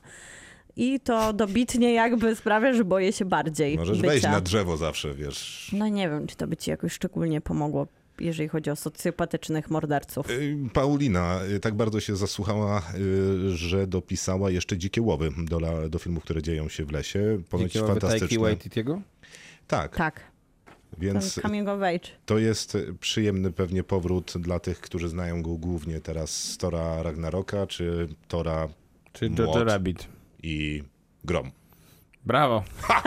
I to dobitnie jakby sprawia, że boję się bardziej Możesz bycia. wejść na drzewo zawsze, wiesz. No nie wiem, czy to by ci jakoś szczególnie pomogło, jeżeli chodzi o socjopatycznych morderców. Y, Paulina y, tak bardzo się zasłuchała, y, że dopisała jeszcze Dzikie Łowy do, la- do filmów, które dzieją się w lesie. Ponoć Dzikie łowy Taiki fantastyczne. Waititiego? Tak, Tak, więc ten coming of age. to jest przyjemny pewnie powrót dla tych, którzy znają go głównie teraz z Tora Ragnaroka, czy Tora Czy Młot Jojo Rabbit? i Grom. Brawo.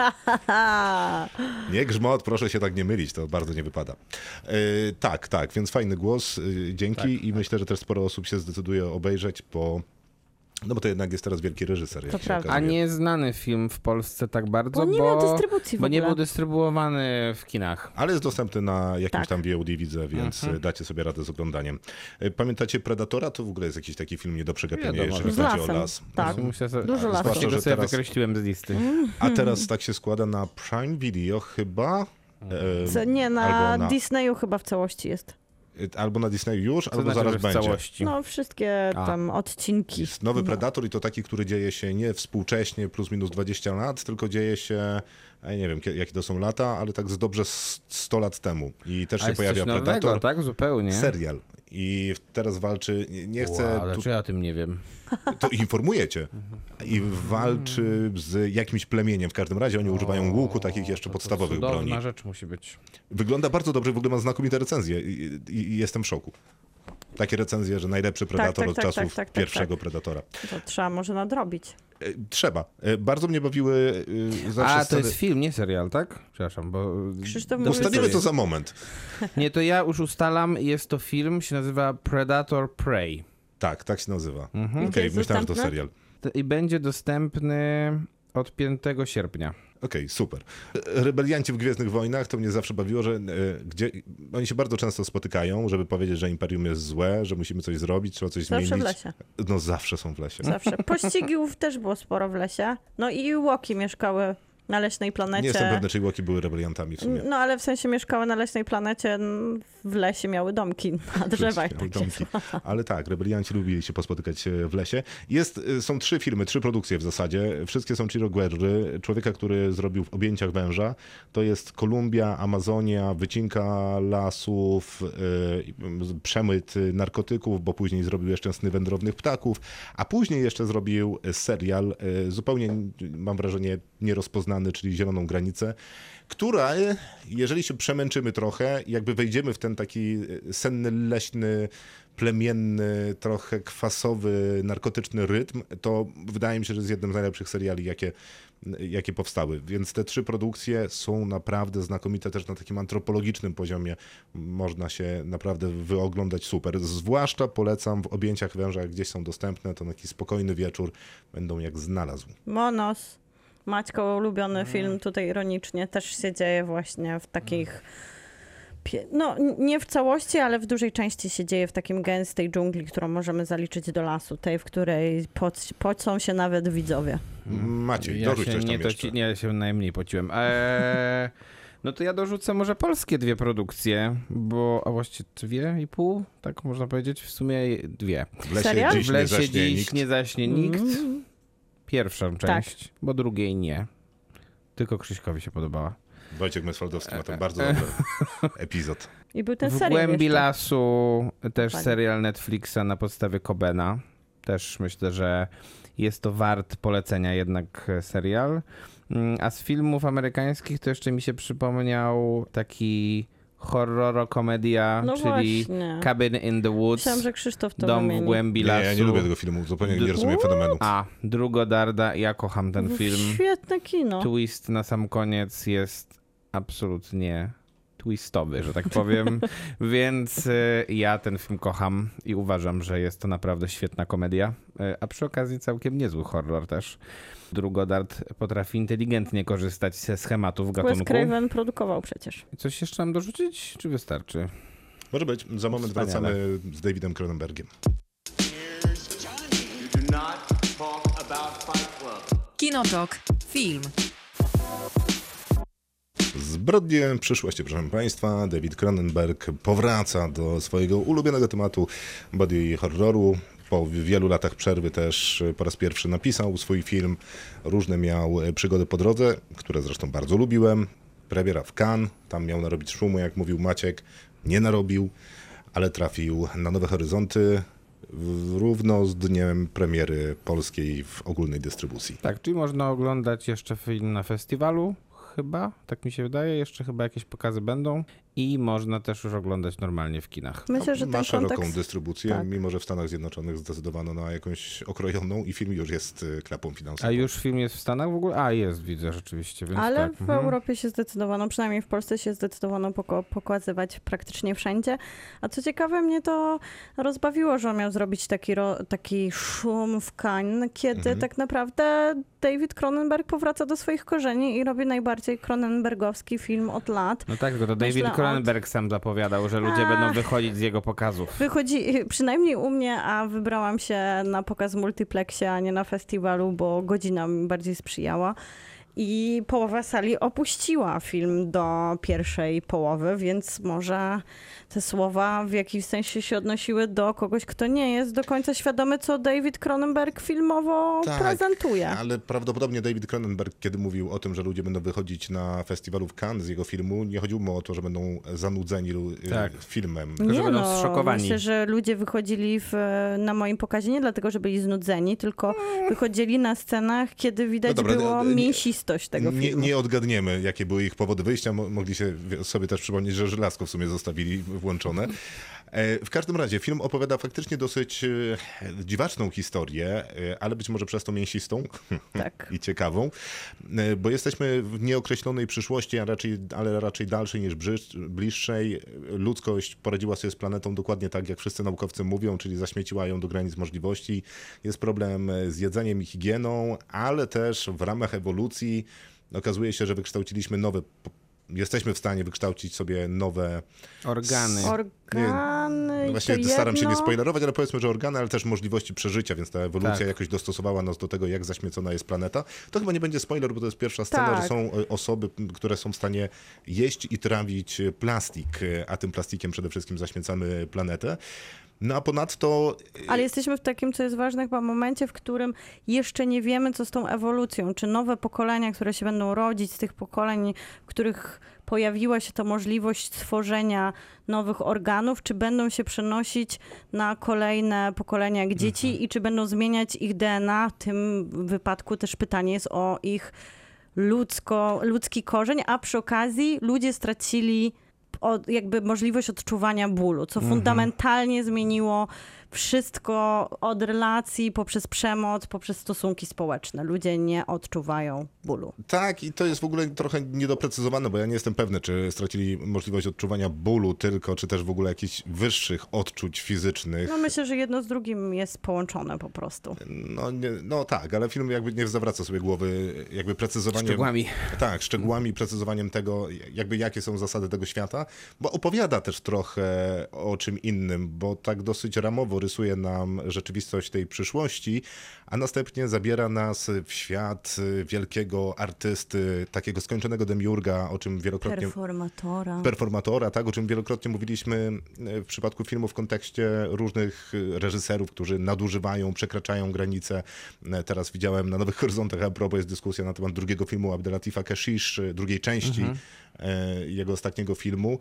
Nie grzmot, proszę się tak nie mylić, to bardzo nie wypada. Yy, tak, tak, więc fajny głos, yy, dzięki Tak, i tak. myślę, że też sporo osób się zdecyduje obejrzeć, bo no bo to jednak jest teraz wielki reżyser. jak To się prawda. A okazuje. nie jest znany film w Polsce tak bardzo, Bo nie miał dystrybucji w bo nie ogóle. był dystrybuowany w kinach. Ale jest dostępny na jakimś Tak. tam V O D, widzę, więc Mhm. dacie sobie radę z oglądaniem. Yy, Pamiętacie Predatora? To w ogóle jest jakiś taki film nie do przegapienia, Wiadomo, jeżeli z chodzi lasem. o las. Tak. No. Muszę sobie, Dużo a, lat. Zwłaszcza, Zwłaszcza, że że sobie teraz- wykreśliłem z listy. A teraz tak się składa na Prime Video chyba. Yy, Co, nie, na, albo na, Disneyu chyba w całości jest. albo na Disney już, Co albo znaczy, zaraz że w będzie. całości? No, wszystkie A. tam odcinki. Jest nowy No. Predator i to taki, który dzieje się nie współcześnie, plus minus dwadzieścia lat, tylko dzieje się, ja nie wiem kie- jakie to są lata, ale tak z dobrze s- sto lat temu. I też A się jest pojawia coś nowego, Predator, tak? Zupełnie. serial. I teraz walczy, nie- nie chcę, Wow, ale tu, czy ja o tym nie wiem? to informujecie. I walczy z jakimś plemieniem. W każdym razie oni używają łuku, takich jeszcze To- to podstawowych broni. cudowna rzecz musi być. Wygląda bardzo dobrze, w ogóle ma znakomite recenzje i, i, i jestem w szoku. Takie recenzje, że najlepszy Predator tak, od tak, czasów tak, tak, tak, pierwszego Predatora. To trzeba może nadrobić. E, Trzeba. E, Bardzo mnie bawiły e, zawsze A, to sceny... jest film, nie serial, tak? Przepraszam, bo... Krzysztof mówi, Ustalimy to za moment. Nie, to ja już ustalam, jest to film, się nazywa Predator Prey. Tak, tak się nazywa. Mhm. Gdzie Okej, jest myślałem, że to dostępny? serial. To- I będzie dostępny od piątego sierpnia. Okej, super. Rebelianci w Gwiezdnych Wojnach to mnie zawsze bawiło, że e, gdzie oni się bardzo często spotykają, żeby powiedzieć, że Imperium jest złe, że musimy coś zrobić, trzeba coś Zawsze w zmienić. lesie. No zawsze są w lesie. Zawsze. Pościgów też było sporo w lesie. No i łoki mieszkały na leśnej planecie. Nie jestem pewny, czy Łoki były rebeliantami w sumie. No ale w sensie mieszkały na leśnej planecie, n- w lesie miały domki na drzewach. Miały Tak się domki. Ale tak, rebelianci lubili się pospotykać e, w lesie. Jest, e, są trzy filmy, trzy produkcje w zasadzie. Wszystkie są Ciro Guerry, człowieka, który zrobił w Objęciach Węża. To jest Kolumbia, Amazonia, wycinka lasów, e, przemyt narkotyków, bo później zrobił jeszcze Sny wędrownych ptaków, a później jeszcze zrobił serial, e, zupełnie mam wrażenie nierozpoznany, czyli Zieloną granicę, która, jeżeli się przemęczymy trochę, jakby wejdziemy w ten taki senny, leśny, plemienny, trochę kwasowy, narkotyczny rytm, to wydaje mi się, że jest jednym z najlepszych seriali, jakie, jakie powstały. Więc te trzy produkcje są naprawdę znakomite też na takim antropologicznym poziomie. Można się naprawdę wyoglądać super. Zwłaszcza polecam w Objęciach Węża, jak gdzieś są dostępne, to na taki spokojny wieczór będą jak znalazł. Monos. Maćko ulubiony Mm. film, tutaj ironicznie, też się dzieje właśnie w takich... pie- No, n- nie w całości, ale w dużej części się dzieje w takim gęstej dżungli, którą możemy zaliczyć do lasu. Tej, w której poc- pocą się nawet widzowie. Maciej, Ja dorzuć się coś tam nie, to jeszcze. ci, nie, ja się najmniej pociłem. Eee, no to ja dorzucę może polskie dwie produkcje, bo a właściwie dwie i pół, tak można powiedzieć, w sumie dwie. W lesie Serial? dziś W nie lesie zaśnie dziś nikt. nie zaśnie nikt. Mm. Pierwszą część, bo drugiej nie. Tylko Krzyśkowi się podobała. Wojciech Meswaldowski ma ten bardzo dobry epizod. I był ten W serial głębi jeszcze. lasu też Fajnie. serial Netflixa na podstawie Cobena. Też myślę, że jest to wart polecenia jednak serial. Mm, A z filmów amerykańskich to jeszcze mi się przypomniał taki horroro-komedia, No czyli właśnie. Cabin in the Woods, Myślałam, że Krzysztof to Dom w wymieni. głębi Nie, lasu. ja nie lubię tego filmu, zupełnie nie D- rozumiem fenomenu. A, Drugodarda, ja kocham ten film. Świetne kino. Twist na sam koniec jest absolutnie twistowy, że tak powiem, więc y, ja ten film kocham i uważam, że jest to naprawdę świetna komedia, y, a przy okazji całkiem niezły horror też. Drugodart potrafi inteligentnie korzystać ze schematów Wes gatunku. Craven produkował przecież. Coś jeszcze mam dorzucić, czy wystarczy? Może być. Za moment Wspaniale. wracamy z Davidem Cronenbergiem. You do not talk about Fight Club. Kinotok. Film. Zbrodnie przyszłości, proszę Państwa. David Cronenberg powraca do swojego ulubionego tematu body horroru. Po wielu latach przerwy też po raz pierwszy napisał swój film. Różne miał przygody po drodze, które zresztą bardzo lubiłem. Premiera w Cannes, tam miał narobić szumu, jak mówił Maciek. Nie narobił, ale trafił na nowe horyzonty w- równo z dniem premiery polskiej w ogólnej dystrybucji. Tak, czyli można oglądać jeszcze film na festiwalu, chyba, tak mi się wydaje, jeszcze chyba jakieś pokazy będą i można też już oglądać normalnie w kinach. Myślę, że Ma ten szeroką kontekst... dystrybucję, tak. mimo że w Stanach Zjednoczonych zdecydowano na jakąś okrojoną i film już jest y, klapą finansową. A już film jest w Stanach w ogóle? A, jest, widzę rzeczywiście. Więc Ale tak. w mhm. Europie się zdecydowano, przynajmniej w Polsce się zdecydowano poko- pokazywać praktycznie wszędzie. A co ciekawe, mnie to rozbawiło, że on miał zrobić taki, ro- taki szum w Cannes, kiedy Mhm. tak naprawdę David Cronenberg powraca do swoich korzeni i robi najbardziej cronenbergowski film od lat. No tak, tylko to David Myślę, Cronenberg sam zapowiadał, że ludzie A. będą wychodzić z jego pokazów. Wychodzi, przynajmniej u mnie, a wybrałam się na pokaz w multiplexie, a nie na festiwalu, bo godzina mi bardziej sprzyjała. I połowa sali opuściła film do pierwszej połowy, więc może te słowa w jakimś sensie się odnosiły do kogoś, kto nie jest do końca świadomy, co David Cronenberg filmowo Tak, prezentuje. Ale prawdopodobnie David Cronenberg, kiedy mówił o tym, że ludzie będą wychodzić na festiwalu w Cannes z jego filmu, nie chodziło mu o to, że będą zanudzeni y, Tak. filmem. że Nie będą no, zszokowani. myślę, że ludzie wychodzili w, na moim pokazie nie dlatego, że byli znudzeni, tylko wychodzili na scenach, kiedy widać No dobra, było nie- mięsistość tego Nie, filmu. nie odgadniemy, jakie były ich powody wyjścia. Mo- Mogli się sobie też przypomnieć, że żelazko w sumie zostawili włączone. E, W każdym razie film opowiada faktycznie dosyć e, dziwaczną historię, e, ale być może przez to mięsistą Tak. i ciekawą, e, bo jesteśmy w nieokreślonej przyszłości, a raczej, ale raczej dalszej niż brzy- bliższej. Ludzkość poradziła sobie z planetą dokładnie tak, jak wszyscy naukowcy mówią, czyli zaśmieciła ją do granic możliwości. Jest problem z jedzeniem i higieną, ale też w ramach ewolucji okazuje się, że wykształciliśmy nowe, jesteśmy w stanie wykształcić sobie nowe Organy. Organy, no właśnie to staram się nie jedno. spoilerować, ale powiedzmy, że organy, ale też możliwości przeżycia, więc ta ewolucja Tak. jakoś dostosowała nas do tego, jak zaśmiecona jest planeta. To chyba nie będzie spoiler, bo to jest pierwsza scena, Tak. że są e, osoby, m, które są w stanie jeść i trawić e, plastik, e, a tym plastikiem przede wszystkim zaśmiecamy planetę. No a ponadto... e, Ale jesteśmy w takim, co jest ważne chyba, momencie, w którym jeszcze nie wiemy, co z tą ewolucją. Czy nowe pokolenia, które się będą rodzić z tych pokoleń, w których pojawiła się ta możliwość stworzenia nowych organów, czy będą się przenosić na kolejne pokolenia jak dzieci Mhm. i czy będą zmieniać ich D N A. W tym wypadku też pytanie jest o ich ludzko, ludzki korzeń, a przy okazji ludzie stracili od, jakby możliwość odczuwania bólu, co fundamentalnie zmieniło wszystko od relacji, poprzez przemoc, poprzez stosunki społeczne. Ludzie nie odczuwają bólu. Tak, i to jest w ogóle trochę niedoprecyzowane, bo ja nie jestem pewny, czy stracili możliwość odczuwania bólu tylko, czy też w ogóle jakichś wyższych odczuć fizycznych. No myślę, że jedno z drugim jest połączone po prostu. No, nie, no tak, ale film jakby nie zawraca sobie głowy jakby precyzowaniem... Szczegółami. Tak, szczegółami, precyzowaniem tego, jakby jakie są zasady tego świata, bo opowiada też trochę o czym innym, bo tak dosyć ramowo rysuje nam rzeczywistość tej przyszłości, a następnie zabiera nas w świat wielkiego artysty, takiego skończonego demiurga, o czym wielokrotnie... Performatora. Performatora, tak, o czym wielokrotnie mówiliśmy w przypadku filmu w kontekście różnych reżyserów, którzy nadużywają, przekraczają granice. Teraz widziałem na Nowych Horyzontach, a propos jest dyskusja na temat drugiego filmu Abdelatifa Keshish, drugiej części Mhm. jego ostatniego filmu.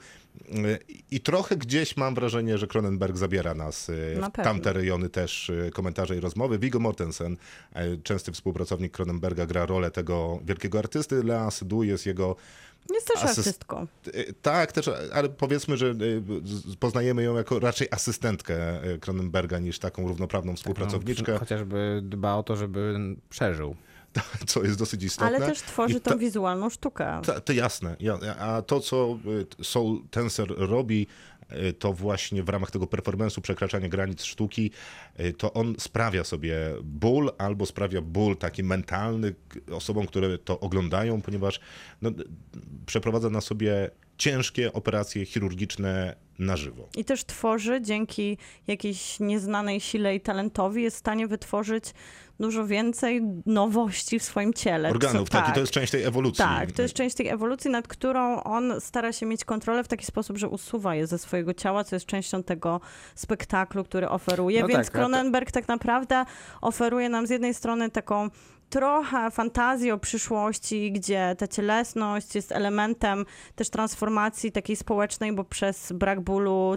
I trochę gdzieś mam wrażenie, że Cronenberg zabiera nas Na w pewno. tamte rejony też komentarze i rozmowy. Viggo Mortensen, częsty współpracownik Cronenberga, gra rolę tego wielkiego artysty. Lea Seydoux jest jego Jest też asyst- artystką. tak, też, ale powiedzmy, że y, z- poznajemy ją jako raczej asystentkę y, Cronenberga niż taką równoprawną współpracowniczkę, No, chociażby dba o to, żeby przeżył. co jest dosyć istotne. Ale też tworzy I ta- tą wizualną sztukę. ta- To jasne. Ja- A to, co y, Saul Tenser robi, y, to właśnie w ramach tego performance'u, przekraczania granic sztuki, y, to on sprawia sobie ból albo sprawia ból taki mentalny k- osobom, które to oglądają, ponieważ no, y, przeprowadza na sobie ciężkie operacje chirurgiczne na żywo. I też tworzy dzięki jakiejś nieznanej sile i talentowi, jest w stanie wytworzyć dużo więcej nowości w swoim ciele. Organów, Co- tak, i to jest część tej ewolucji. Tak, to jest część tej ewolucji, nad którą on stara się mieć kontrolę w taki sposób, że usuwa je ze swojego ciała, co jest częścią tego spektaklu, który oferuje. No Więc tak, a to- Cronenberg tak naprawdę oferuje nam z jednej strony taką trochę fantazję o przyszłości, gdzie ta cielesność jest elementem też transformacji takiej społecznej, bo przez brak bólu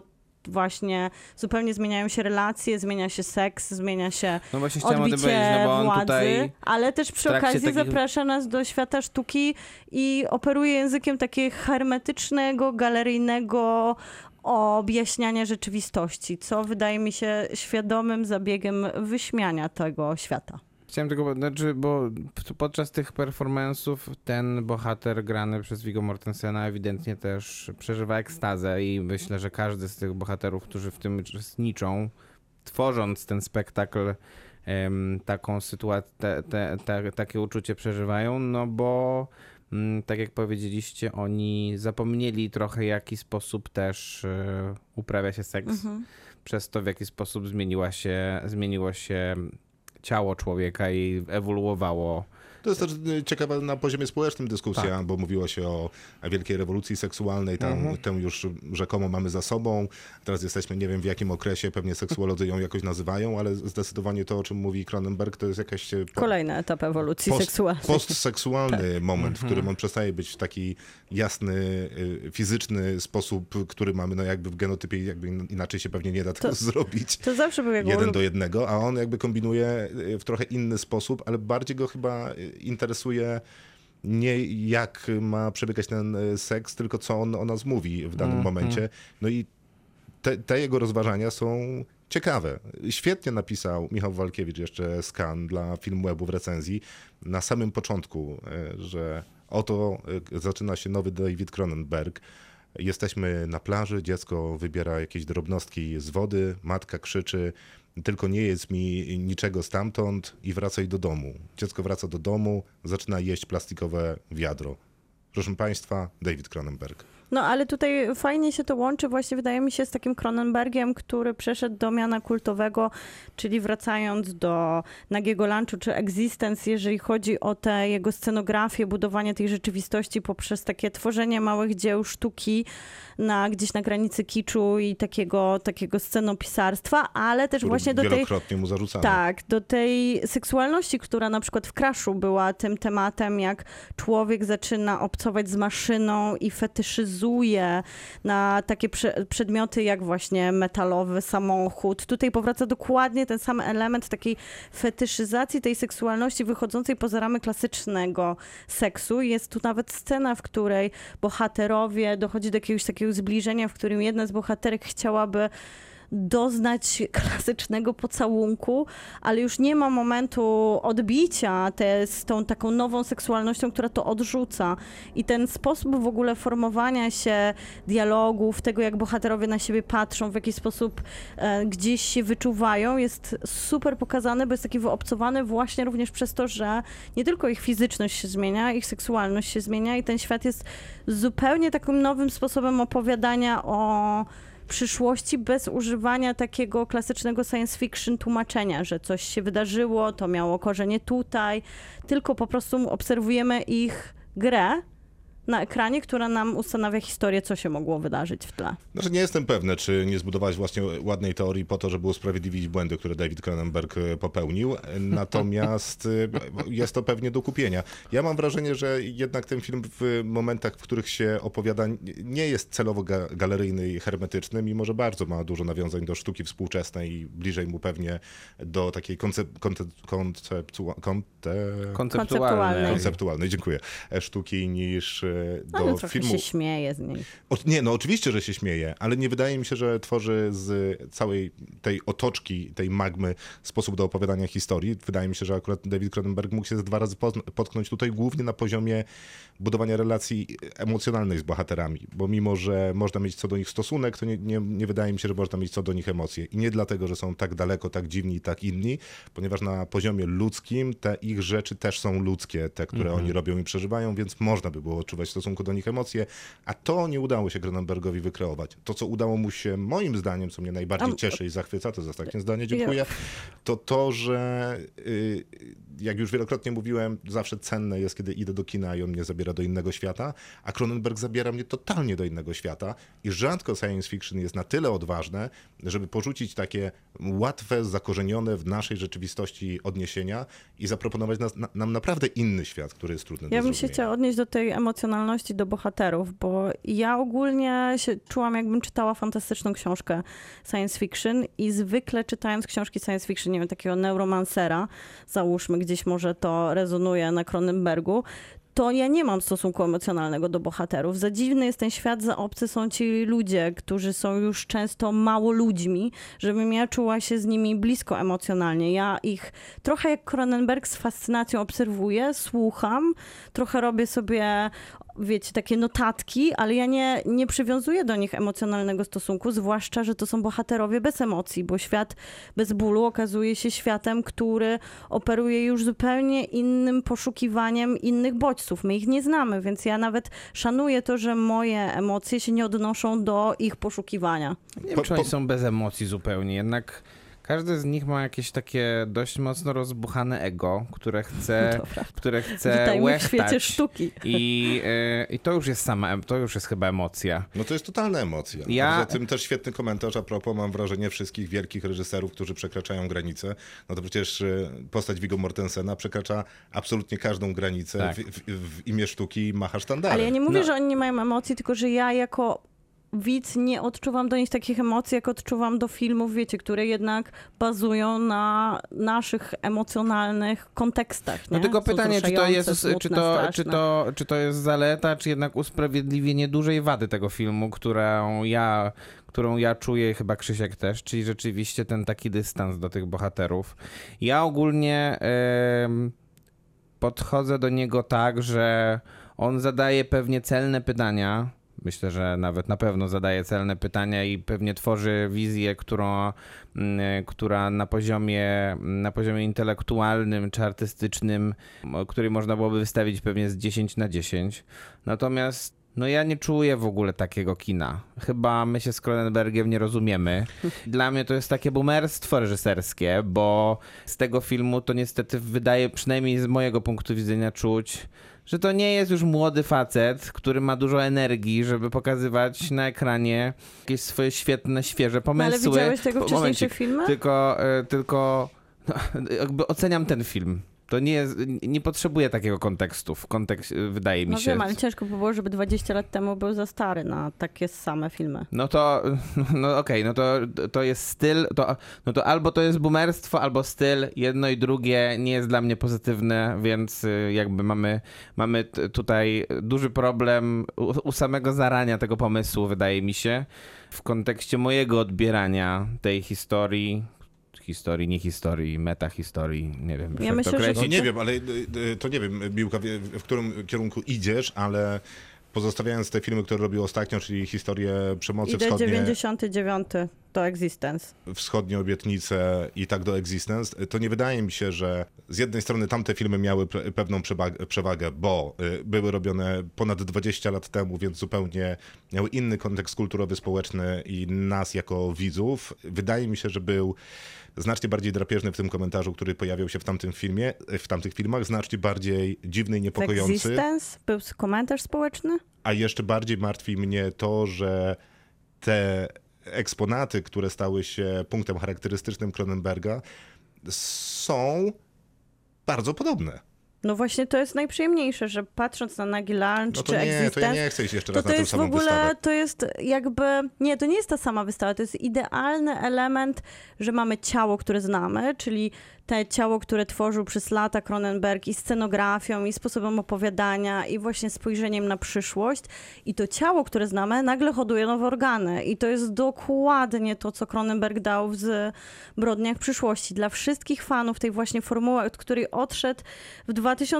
właśnie zupełnie zmieniają się relacje, zmienia się seks, zmienia się No właśnie chciałem o tym odbicie powiedzieć, no bo on władzy, tutaj ale też przy trakcie okazji takich- zaprasza nas do świata sztuki i operuje językiem takiego hermetycznego, galeryjnego objaśniania rzeczywistości, co wydaje mi się świadomym zabiegiem wyśmiania tego świata. Chciałem tylko, znaczy, bo podczas tych performance'ów ten bohater grany przez Viggo Mortensena ewidentnie też przeżywa ekstazę i myślę, że każdy z tych bohaterów, którzy w tym uczestniczą, tworząc ten spektakl, em, taką sytuację, te, te, te, takie uczucie przeżywają, no bo mm, tak jak powiedzieliście, oni zapomnieli trochę, w jaki sposób też e, uprawia się seks, Mhm. przez to, w jaki sposób zmieniła się, zmieniło się ciało człowieka i ewoluowało. To jest też ciekawa na poziomie społecznym dyskusja, Tak. bo mówiło się o wielkiej rewolucji seksualnej, tam, Mhm. tę już rzekomo mamy za sobą. Teraz jesteśmy, nie wiem w jakim okresie, pewnie seksuolodzy ją jakoś nazywają, ale zdecydowanie to, o czym mówi Cronenberg, to jest jakaś e, po- Kolejny etap ewolucji post, seksualnej. postseksualny moment, w Mhm. którym on przestaje być taki jasny, y, fizyczny sposób, który mamy no jakby w genotypie, jakby inaczej się pewnie nie da tego To- zrobić. To zawsze był jego Jeden ulub... do jednego, a on jakby kombinuje y, w trochę inny sposób, ale bardziej go chyba y, interesuje nie jak ma przebiegać ten y, seks, tylko co on o nas mówi w danym Mhm. momencie. No i te, te jego rozważania są ciekawe. Świetnie napisał Michał Walkiewicz jeszcze Skan dla Filmwebu w recenzji na samym początku, y, że oto y, zaczyna się nowy David Cronenberg. Jesteśmy na plaży, dziecko wybiera jakieś drobnostki z wody, matka krzyczy, tylko nie jedz mi niczego stamtąd i wracaj do domu. Dziecko wraca do domu, zaczyna jeść plastikowe wiadro. Proszę Państwa, David Cronenberg. No ale tutaj fajnie się to łączy właśnie, wydaje mi się, z takim Cronenbergiem, który przeszedł do miana kultowego, czyli wracając do Nagiego Lunchu czy Existence, jeżeli chodzi o tę jego scenografię, budowanie tej rzeczywistości poprzez takie tworzenie małych dzieł sztuki na, gdzieś na granicy kiczu i takiego, takiego scenopisarstwa, ale też Który właśnie do tej... wielokrotnie mu zarzucano. Tak, do tej seksualności, która na przykład w Crashu była tym tematem, jak człowiek zaczyna obcować z maszyną i fetyszyzuje na takie prze- przedmioty jak właśnie metalowy samochód. Tutaj powraca dokładnie ten sam element takiej fetyszyzacji tej seksualności wychodzącej poza ramy klasycznego seksu. Jest tu nawet scena, w której bohaterowie, dochodzi do jakiegoś takiego zbliżenia, w którym jedna z bohaterek chciałaby doznać klasycznego pocałunku, ale już nie ma momentu odbicia te, z tą taką nową seksualnością, która to odrzuca. I ten sposób w ogóle formowania się dialogów, tego jak bohaterowie na siebie patrzą, w jaki sposób e, gdzieś się wyczuwają, jest super pokazany, bo jest taki wyobcowany właśnie również przez to, że nie tylko ich fizyczność się zmienia, ich seksualność się zmienia i ten świat jest zupełnie takim nowym sposobem opowiadania o przyszłości bez używania takiego klasycznego science fiction tłumaczenia, że coś się wydarzyło, to miało korzenie tutaj, tylko po prostu obserwujemy ich grę na ekranie, która nam ustanawia historię, co się mogło wydarzyć w tle. Znaczy nie jestem pewny, czy nie zbudowałeś właśnie ładnej teorii po to, żeby usprawiedliwić błędy, które David Cronenberg e, popełnił. Natomiast e, jest to pewnie do kupienia. Ja mam wrażenie, że jednak ten film w momentach, w których się opowiada, nie jest celowo ga- galeryjny i hermetyczny, mimo że bardzo ma dużo nawiązań do sztuki współczesnej i bliżej mu pewnie do takiej konce- konce- konceptua- konte- Konceptualnej. konceptualnej, dziękuję, e, sztuki niż e, do Ale trochę filmu. się śmieje z niej. O, nie, no oczywiście, że się śmieje, ale nie wydaje mi się, że tworzy z całej tej otoczki, tej magmy sposób do opowiadania historii. Wydaje mi się, że akurat David Cronenberg mógł się dwa razy pozn- potknąć tutaj głównie na poziomie budowania relacji emocjonalnych z bohaterami, bo mimo, że można mieć co do nich stosunek, to nie, nie, nie wydaje mi się, że można mieć co do nich emocje. I nie dlatego, że są tak daleko, tak dziwni, tak inni, ponieważ na poziomie ludzkim te ich rzeczy też są ludzkie, te, które Mhm. oni robią i przeżywają, więc można by było odczuwać w stosunku do nich emocje, a to nie udało się Cronenbergowi wykreować. To, co udało mu się, moim zdaniem, co mnie najbardziej A- cieszy i zachwyca, to jest ostatnie zdanie, dziękuję, to to, że y, jak już wielokrotnie mówiłem, zawsze cenne jest, kiedy idę do kina i on mnie zabiera do innego świata, a Cronenberg zabiera mnie totalnie do innego świata i rzadko science fiction jest na tyle odważne, żeby porzucić takie łatwe, zakorzenione w naszej rzeczywistości odniesienia i zaproponować nas, na, nam naprawdę inny świat, który jest trudny do Ja bym się zrozumienia. chciała odnieść do tej emocjonalnej emocjonalności do bohaterów, bo ja ogólnie się czułam, jakbym czytała fantastyczną książkę science fiction i zwykle czytając książki science fiction, nie wiem, takiego Neuromancera, załóżmy, gdzieś może to rezonuje na Cronenbergu, to ja nie mam stosunku emocjonalnego do bohaterów. Za dziwny jest ten świat, za obcy są ci ludzie, którzy są już często mało ludźmi, żebym ja czuła się z nimi blisko emocjonalnie. Ja ich trochę jak Cronenberg z fascynacją obserwuję, słucham, trochę robię sobie, wiecie, takie notatki, ale ja nie, nie przywiązuję do nich emocjonalnego stosunku, zwłaszcza, że to są bohaterowie bez emocji, bo świat bez bólu okazuje się światem, który operuje już zupełnie innym poszukiwaniem innych bodźców. My ich nie znamy, więc ja nawet szanuję to, że moje emocje się nie odnoszą do ich poszukiwania. Nie wiem, Po- czy oni po- są bez emocji zupełnie, jednak każdy z nich ma jakieś takie dość mocno rozbuchane ego, które chce, Dobra. które chce Witajmy w łechtać. świecie sztuki. I, yy, I to już jest sama, to już jest chyba emocja. No to jest totalna emocja. Ja- A poza tym też świetny komentarz a propos, mam wrażenie, wszystkich wielkich reżyserów, którzy przekraczają granice. No to przecież y, postać Viggo Mortensena przekracza absolutnie każdą granicę Tak. w, w, w imię sztuki i macha sztandarem. Ale ja nie mówię, No. że oni nie mają emocji, tylko że ja jako widz nie odczuwam do nich takich emocji, jak odczuwam do filmów, wiecie, które jednak bazują na naszych emocjonalnych kontekstach. No nie? tylko Są pytanie, czy to, wzruszające, jest, smutne, czy, to, czy, straszne. to, czy to jest zaleta, czy jednak usprawiedliwienie dużej wady tego filmu, którą ja, którą ja czuję i chyba Krzysiek też, czyli rzeczywiście ten taki dystans do tych bohaterów. Ja ogólnie em, podchodzę do niego tak, że on zadaje pewnie celne pytania. Myślę, że nawet na pewno zadaje celne pytania i pewnie tworzy wizję, którą, mm, która na poziomie, na poziomie intelektualnym czy artystycznym, o której można byłoby wystawić pewnie z dziesięć na dziesięć. Natomiast no ja nie czuję w ogóle takiego kina. Chyba my się z Cronenbergiem nie rozumiemy. Dla mnie to jest takie boomerstwo reżyserskie, bo z tego filmu to niestety wydaje, przynajmniej z mojego punktu widzenia, czuć, że to nie jest już młody facet, który ma dużo energii, żeby pokazywać na ekranie jakieś swoje świetne, świeże No, pomysły. ale widziałeś tego Po- wcześniejsze momencik. filmy? Tylko, e, tylko no, jakby oceniam ten film. To nie jest, nie potrzebuje takiego kontekstu, w kontekst, wydaje mi No się. wiem, ale ciężko by było, żeby dwadzieścia lat temu był za stary na takie same filmy. No to, no okej, no to, to jest styl, to, no to albo to jest boomerstwo, albo styl, jedno i drugie nie jest dla mnie pozytywne, więc y, jakby mamy, mamy t- tutaj duży problem u, u samego zarania tego pomysłu, wydaje mi się, w kontekście mojego odbierania tej historii, historii, nie historii, metahistorii, nie wiem, Ja jak myślę, to że- określić. No nie wiem, ale y, y, to nie wiem, Miłka, wie- w którym kierunku idziesz, ale pozostawiając te filmy, które robił ostatnio, czyli historię przemocy Idę wschodniej, dziewięćdziesiąty dziewiąty do Existence. wschodnie obietnice i tak do Existence, to nie wydaje mi się, że z jednej strony tamte filmy miały pe- pewną przewagę, przewagę, bo y, były robione ponad dwadzieścia lat temu, więc zupełnie miały inny kontekst kulturowy, społeczny i nas jako widzów. Wydaje mi się, że był znacznie bardziej drapieżny w tym komentarzu, który pojawiał się w tamtym filmie, w tamtych filmach, znacznie bardziej dziwny i W niepokojący. Existence był komentarz społeczny? A jeszcze bardziej martwi mnie to, że te eksponaty, które stały się punktem charakterystycznym Cronenberga, są bardzo podobne. No właśnie to jest najprzyjemniejsze, że patrząc na Nagi Lunch No czy to nie, Existence, to ja nie chcę iść jeszcze raz to, na to tę jest w samą ogóle, wystawę. to jest jakby, nie, to nie jest ta sama wystawa, to jest idealny element, że mamy ciało, które znamy, czyli te ciało, które tworzył przez lata Cronenberg i scenografią, i sposobem opowiadania, i właśnie spojrzeniem na przyszłość. I to ciało, które znamy, nagle hoduje nowe organy. I to jest dokładnie to, co Cronenberg dał w Zbrodniach przyszłości. Dla wszystkich fanów tej właśnie formuły, od której odszedł w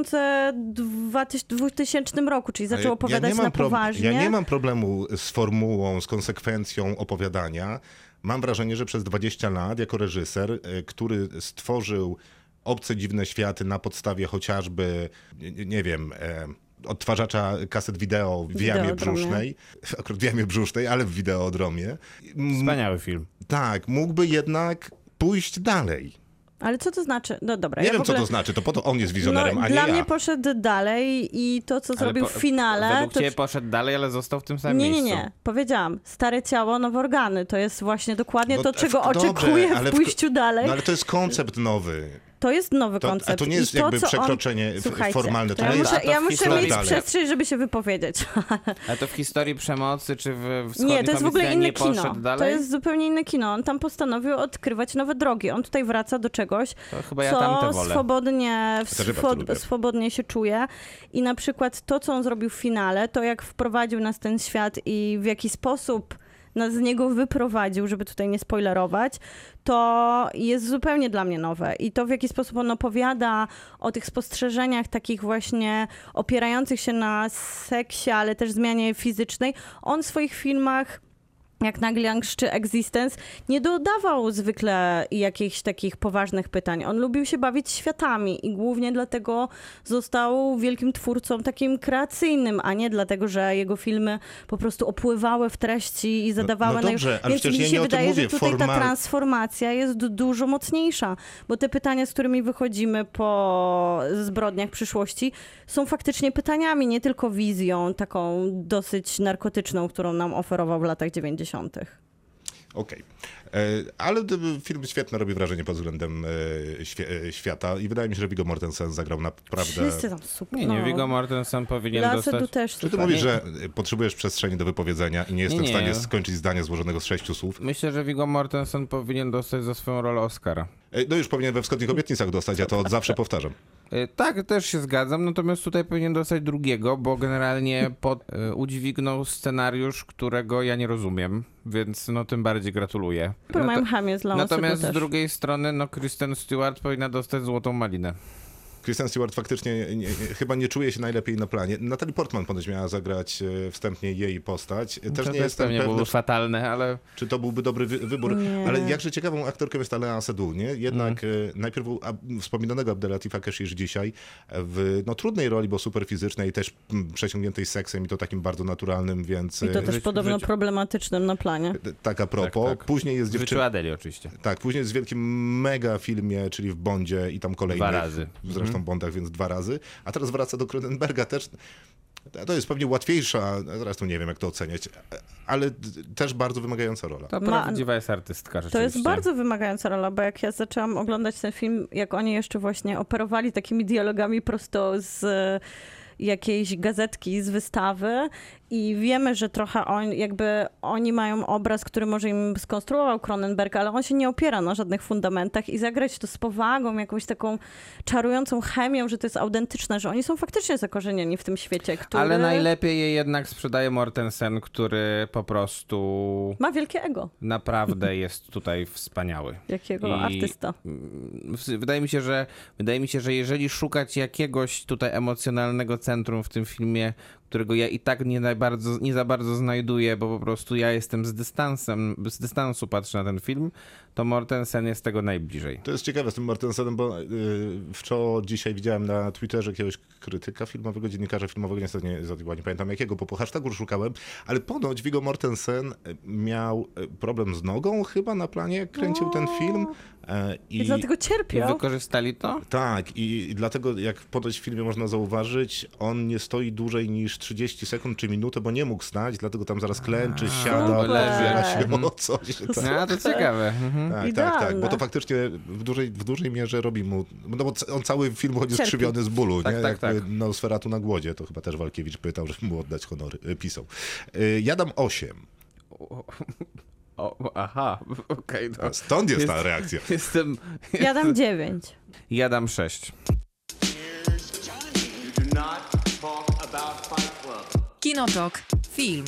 dwutysięcznym roku, czyli zaczął ja opowiadać nie mam na pro- poważnie. Ja nie mam problemu z formułą, z konsekwencją opowiadania. Mam wrażenie, że przez dwadzieścia lat jako reżyser, y, który stworzył obce, dziwne światy na podstawie chociażby, nie, nie wiem, e, odtwarzacza kaset wideo w jamie Wideodromie. brzusznej, akurat w jamie brzusznej, ale w wideodromie. M- Wspaniały film. Tak, mógłby jednak pójść dalej. Ale co to znaczy? No dobra. Nie ja wiem, w ogóle... co to znaczy, to po to on jest wizjonerem, no, a nie dla ja. mnie poszedł dalej i to, co Ale zrobił po- w finale... Według to... ciebie poszedł dalej, ale został w tym samym Nie, nie, miejscu. nie. Powiedziałam, stare ciało, nowe organy. To jest właśnie dokładnie No, to, czego w- dobrze, oczekuję ale w w- pójściu dalej. No ale to jest koncept nowy. To jest nowy To, koncept. a to nie jest I to, jakby co przekroczenie on... w- Słuchajcie, formalne, to ja nie jest- muszę, A to ja w muszę historii mieć dalej. przestrzeń, żeby się wypowiedzieć. A to w historii przemocy, czy w wschodniej Nie, to jest w ogóle Pamięci inne nie kino. poszedł dalej? To jest zupełnie inne kino. On tam postanowił odkrywać nowe drogi. On tutaj wraca do czegoś, To chyba ja co tamte wolę. swobodnie, też bardzo swo- lubię. swobodnie się czuje. I na przykład to, co on zrobił w finale, to jak wprowadził nas w ten świat i w jaki sposób nas z niego wyprowadził, żeby tutaj nie spoilerować, to jest zupełnie dla mnie nowe. I to, w jaki sposób on opowiada o tych spostrzeżeniach takich właśnie opierających się na seksie, ale też zmianie fizycznej, on w swoich filmach jak Nagliang czy Existence, nie dodawał zwykle jakichś takich poważnych pytań. On lubił się bawić światami i głównie dlatego został wielkim twórcą takim kreacyjnym, a nie dlatego, że jego filmy po prostu opływały w treści i zadawały... no dobrze, naj... ale Więc przecież mi ja się nie o tym wydaje, mówię, że tutaj ta formal- transformacja jest dużo mocniejsza, bo te pytania, z którymi wychodzimy po zbrodniach przyszłości, są faktycznie pytaniami, nie tylko wizją taką dosyć narkotyczną, którą nam oferował w latach dziewięćdziesiątych. Okej. E, Ale d- film świetne robi wrażenie pod względem e, świe, e, świata i wydaje mi się, że Viggo Mortensen zagrał naprawdę... Wszyscy tam super. Nie, nie, no. Viggo Mortensen powinien Lassetu dostać... też Czy ty super. mówisz, Nie. że e, potrzebujesz przestrzeni do wypowiedzenia i nie jestem Nie, w nie. stanie skończyć zdania złożonego z sześciu słów? Myślę, że Viggo Mortensen powinien dostać za swoją rolę Oscara. E, No już powinien we Wschodnich Obietnicach dostać, ja to od zawsze powtarzam. Y, Tak, też się zgadzam, natomiast tutaj powinien dostać drugiego, bo generalnie pod, y, udźwignął scenariusz, którego ja nie rozumiem, więc no tym bardziej gratuluję. Superman Ham jest dla Natomiast Lassetu z też. drugiej strony, no Kristen Stewart powinna dostać złotą malinę. Kristen Stewart faktycznie nie, nie, chyba nie czuje się najlepiej na planie. Natalie Portman ponoć miała zagrać e, wstępnie jej postać. Też to nie też jestem pewnie pewny, byłoby fatalne, ale czy to byłby dobry wy wybór, Nie. ale jakże ciekawą aktorką jest Alea Seydoux, nie? Jednak Mm. e, najpierw u ab, wspominanego Abdelatifa Keshish dzisiaj w no, trudnej roli, bo super fizycznej, też m, przesiągniętej seksem i to takim bardzo naturalnym, więc I to e, też żyć- podobno żyć- problematycznym na planie. tak a propos. Tak, tak. Później jest w dziewczyna... życiu Adeli oczywiście. Tak, później jest w wielkim mega filmie, czyli w Bondzie i tam kolejnych. Dwa razy. Zresztą Mhm. Bondach, więc dwa razy. A teraz wraca do Cronenberga też. To jest pewnie łatwiejsza, zresztą nie wiem jak to oceniać, ale d- też bardzo wymagająca rola. To Ma- prawdziwa jest artystka rzeczywiście. To jest bardzo wymagająca rola, bo jak ja zaczęłam oglądać ten film, jak oni jeszcze właśnie operowali takimi dialogami prosto z e, jakiejś gazetki, z wystawy i wiemy, że trochę on, jakby oni mają obraz, który może im skonstruował Cronenberg, ale on się nie opiera na żadnych fundamentach i zagrać to z powagą, jakąś taką czarującą chemią, że to jest autentyczne, że oni są faktycznie zakorzenieni w tym świecie, który Ale najlepiej je jednak sprzedaje Mortensen, który po prostu ma wielkie ego. naprawdę jest tutaj wspaniały. Jakiego I- artysta. Mm, w- Wydaje mi się, że wydaje mi się, że jeżeli szukać jakiegoś tutaj emocjonalnego centrum w tym filmie, którego ja i tak nie, najbardzo, nie za bardzo znajduję, bo po prostu ja jestem z dystansem, z dystansu patrzę na ten film, to Mortensen jest tego najbliżej. To jest ciekawe z tym Mortensenem, bo yy, wczoraj dzisiaj widziałem na Twitterze jakiegoś krytyka filmowego, dziennikarza filmowego, niestety nie, nie, nie pamiętam jakiego, bo po hashtagu szukałem, ale ponoć Viggo Mortensen miał problem z nogą chyba na planie, jak kręcił ten film. E, I, i, dlatego I cierpiał. wykorzystali to? Tak, i, i dlatego jak ponoć w filmie można zauważyć, on nie stoi dłużej niż trzydzieści sekund czy minutę, bo nie mógł stać, dlatego tam zaraz klęczy, A, siada, super. opiera się o coś. Tak. No, to ciekawe. Mhm. Tak, tak, Idealne. tak, bo to faktycznie w dużej, w dużej mierze robi mu, no bo on cały film chodzi Cierpi. skrzywiony z bólu, Tak, nie? tak, Jakby tak. Nosferatu na głodzie, to chyba też Walkiewicz pytał, żeby mu oddać honory, y, pisał. Y, Ja dam osiem. O, aha, okej. Okay, A Stąd jest ta Jest- reakcja. Jestem... Ja dam dziewięć. Ja dam sześć. You do not talk about Fight Club. Kinotok. Film.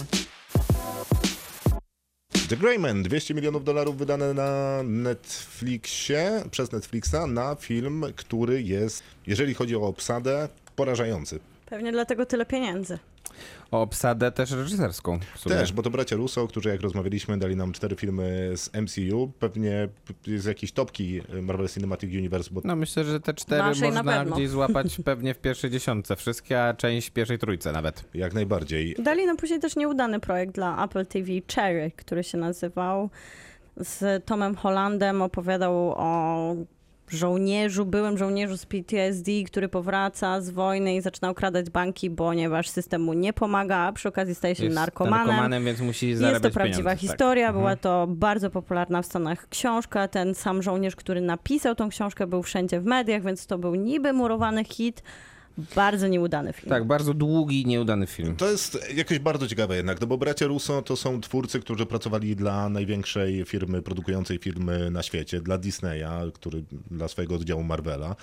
The Gray Man, dwieście milionów dolarów wydane na Netflixie, przez Netflixa, na film, który jest, jeżeli chodzi o obsadę, porażający. Pewnie dlatego tyle pieniędzy. O obsadę też reżyserską. w sumie. Też, bo to bracia Russo, którzy jak rozmawialiśmy, dali nam cztery filmy z M C U. Pewnie z jakiejś topki Marvel Cinematic Universe, bo No myślę, że te cztery Naszej na można pewno. gdzieś złapać pewnie w pierwszej dziesiątce. Wszystkie, a część w pierwszej trójce nawet. jak najbardziej. Dali nam później też nieudany projekt dla Apple T V, Cherry, który się nazywał. Z Tomem Hollandem opowiadał o żołnierzu, byłym żołnierzu z P T S D, który powraca z wojny i zaczyna okradać banki, ponieważ system mu nie pomaga, a przy okazji staje się Jest narkomanem. narkomanem, więc musi zarabiać Jest to prawdziwa pieniądze, historia, tak. była Mhm. to bardzo popularna w Stanach książka. Ten sam żołnierz, który napisał tą książkę, był wszędzie w mediach, więc to był niby murowany hit. Bardzo nieudany film. Tak, bardzo długi, nieudany film. To jest jakoś bardzo ciekawe jednak, no bo bracia Russo to są twórcy, którzy pracowali dla największej firmy, produkującej filmy na świecie, dla Disneya, który dla swojego oddziału Marvela.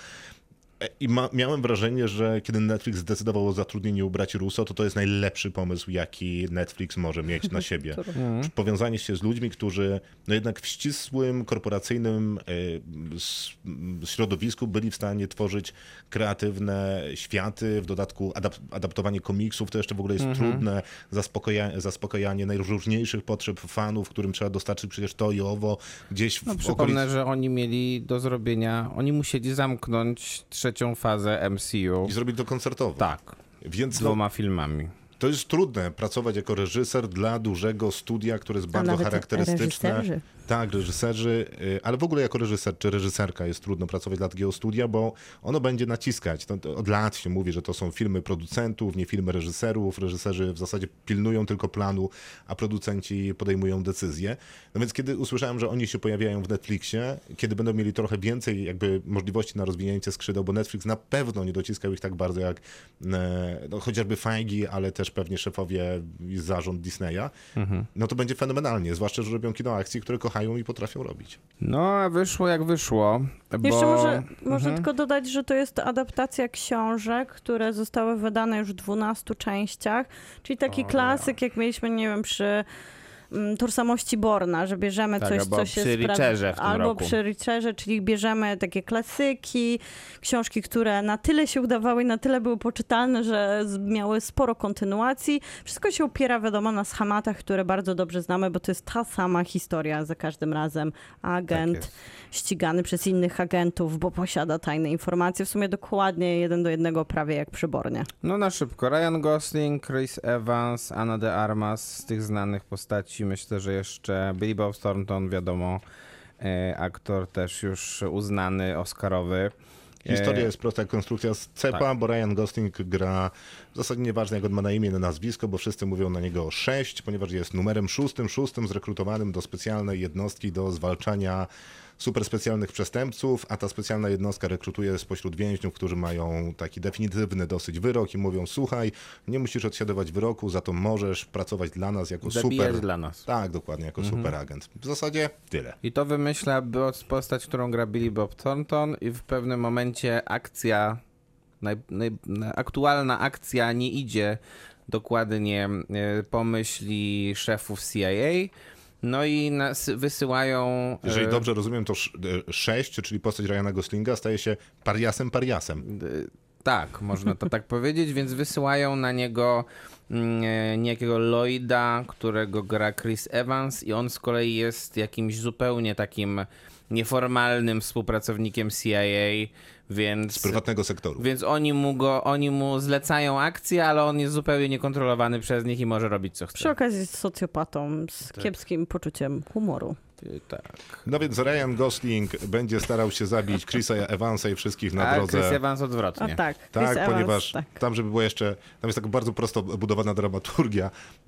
I ma, miałem wrażenie, że kiedy Netflix zdecydował o zatrudnieniu braci Russo, to to jest najlepszy pomysł, jaki Netflix może mieć na siebie. Mhm. Powiązanie się z ludźmi, którzy no jednak w ścisłym, korporacyjnym y, s, środowisku byli w stanie tworzyć kreatywne światy, w dodatku adap adaptowanie komiksów, to jeszcze w ogóle jest Mhm. trudne, zaspokoja zaspokojanie najróżniejszych potrzeb fanów, którym trzeba dostarczyć przecież to i owo, gdzieś w No, okolicy... przypomnę, że oni mieli do zrobienia, oni musieli zamknąć trzecią fazę M C U. I zrobić to koncertowo. Tak, Więc no, dwoma filmami. to jest trudne pracować jako reżyser dla dużego studia, które jest A bardzo nawet charakterystyczne. reżyserzy. Tak, reżyserzy, y, ale w ogóle jako reżyser czy reżyserka jest trudno pracować dla takiego studia, bo ono będzie naciskać. To, to od lat się mówi, że to są filmy producentów, nie filmy reżyserów. Reżyserzy w zasadzie pilnują tylko planu, a producenci podejmują decyzje. No więc kiedy usłyszałem, że oni się pojawiają w Netflixie, kiedy będą mieli trochę więcej jakby możliwości na rozwinięcie skrzydeł, bo Netflix na pewno nie dociskał ich tak bardzo jak e, no, chociażby Feige, ale też pewnie szefowie i zarząd Disneya, Mhm. no to będzie fenomenalnie, zwłaszcza, że robią kino akcji, które kochają i potrafią robić. No, a wyszło jak wyszło, bo... Jeszcze może, może Mhm. tylko dodać, że to jest adaptacja książek, które zostały wydane już w dwunastu częściach, czyli taki O, klasyk, jak mieliśmy, nie wiem, przy mm, Tożsamości Borna, że bierzemy Tak, coś, albo co się przy sprawdza. Richerze w tym Albo roku. przy Richerze, czyli bierzemy takie klasyki, książki, które na tyle się udawały i na tyle były poczytalne, że z- miały sporo kontynuacji. Wszystko się opiera, wiadomo, na schematach, które bardzo dobrze znamy, bo to jest ta sama historia za każdym razem. Agent Tak jest. ścigany przez innych agentów, bo posiada tajne informacje. W sumie dokładnie jeden do jednego, prawie jak przy Bornie. No na szybko. Ryan Gosling, Chris Evans, Ana de Armas, z tych znanych postaci myślę, że jeszcze Billy Bob Thornton, wiadomo, e, aktor też już uznany, oscarowy. Historia E, jest prosta jak konstrukcja z cepa, tak. bo Ryan Gosling gra w zasadzie nieważne jak on ma na imię, na nazwisko, bo wszyscy mówią na niego sześć, ponieważ jest numerem szóstym, szóstym zrekrutowanym do specjalnej jednostki do zwalczania super specjalnych przestępców, a ta specjalna jednostka rekrutuje spośród więźniów, którzy mają taki definitywny dosyć wyrok i mówią: słuchaj, nie musisz odsiadywać wyroku, za to możesz pracować dla nas jako Zabijać super... dla nas. Tak, dokładnie, jako super agent. W zasadzie tyle. I to wymyśla postać, którą gra Billy Bob Thornton i w pewnym momencie akcja, naj, naj, aktualna akcja nie idzie dokładnie e, po myśli szefów C I A, no i nas wysyłają... Jeżeli e, dobrze rozumiem, to sz- e, sześć, czyli postać Ryana Goslinga, staje się pariasem pariasem. Y, Tak, można to tak powiedzieć, więc wysyłają na niego mm, e, niejakiego Lloyda, którego gra Chris Evans i on z kolei jest jakimś zupełnie takim nieformalnym współpracownikiem C I A, więc... Z prywatnego sektoru. Więc oni mu, go, oni mu zlecają akcje, ale on jest zupełnie niekontrolowany przez nich i może robić co Przy chce. okazji jest socjopatą z kiepskim poczuciem humoru. Y, Tak. No więc Ryan Gosling będzie starał się zabić Chrisa Evansa i wszystkich na A drodze. Chris Evans A odwrotnie. tak, Chris Tak, Evans, ponieważ tak. tam, żeby było jeszcze, tam jest taka bardzo prosto budowana dramaturgia,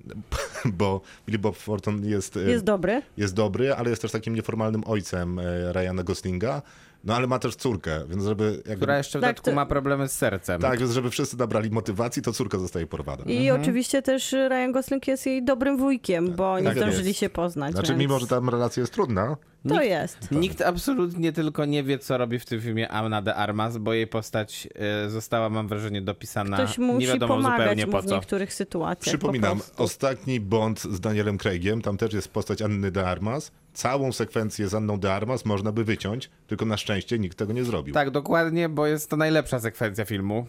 bo Billy Bob Thornton jest, e, Jest dobry. jest dobry, ale jest też takim nieformalnym ojcem e, Ryana Goslinga, no ale ma też córkę, więc żeby jakby, Która jeszcze w Tak, dodatku to- ma problemy z sercem. tak, więc żeby wszyscy nabrali motywacji, to córka zostaje porwana. I oczywiście też Ryan Gosling jest jej dobrym wujkiem, bo nie tak zdążyli jest. się poznać. Znaczy, więc mimo że tam relacja jest trudna, To Nikt- jest. Nikt absolutnie tylko nie wie, co robi w tym filmie Ana de Armas, bo jej postać e, została, mam wrażenie, dopisana Ktoś nie musi wiadomo pomagać zupełnie mu po w co. niektórych sytuacjach. przypominam, po prostu. ostatni Bond z Danielem Craigiem, tam też jest postać Anny de Armas, całą sekwencję z Anną de Armas można by wyciąć, tylko na szczęście nikt tego nie zrobił. Tak, dokładnie, bo jest to najlepsza sekwencja filmu.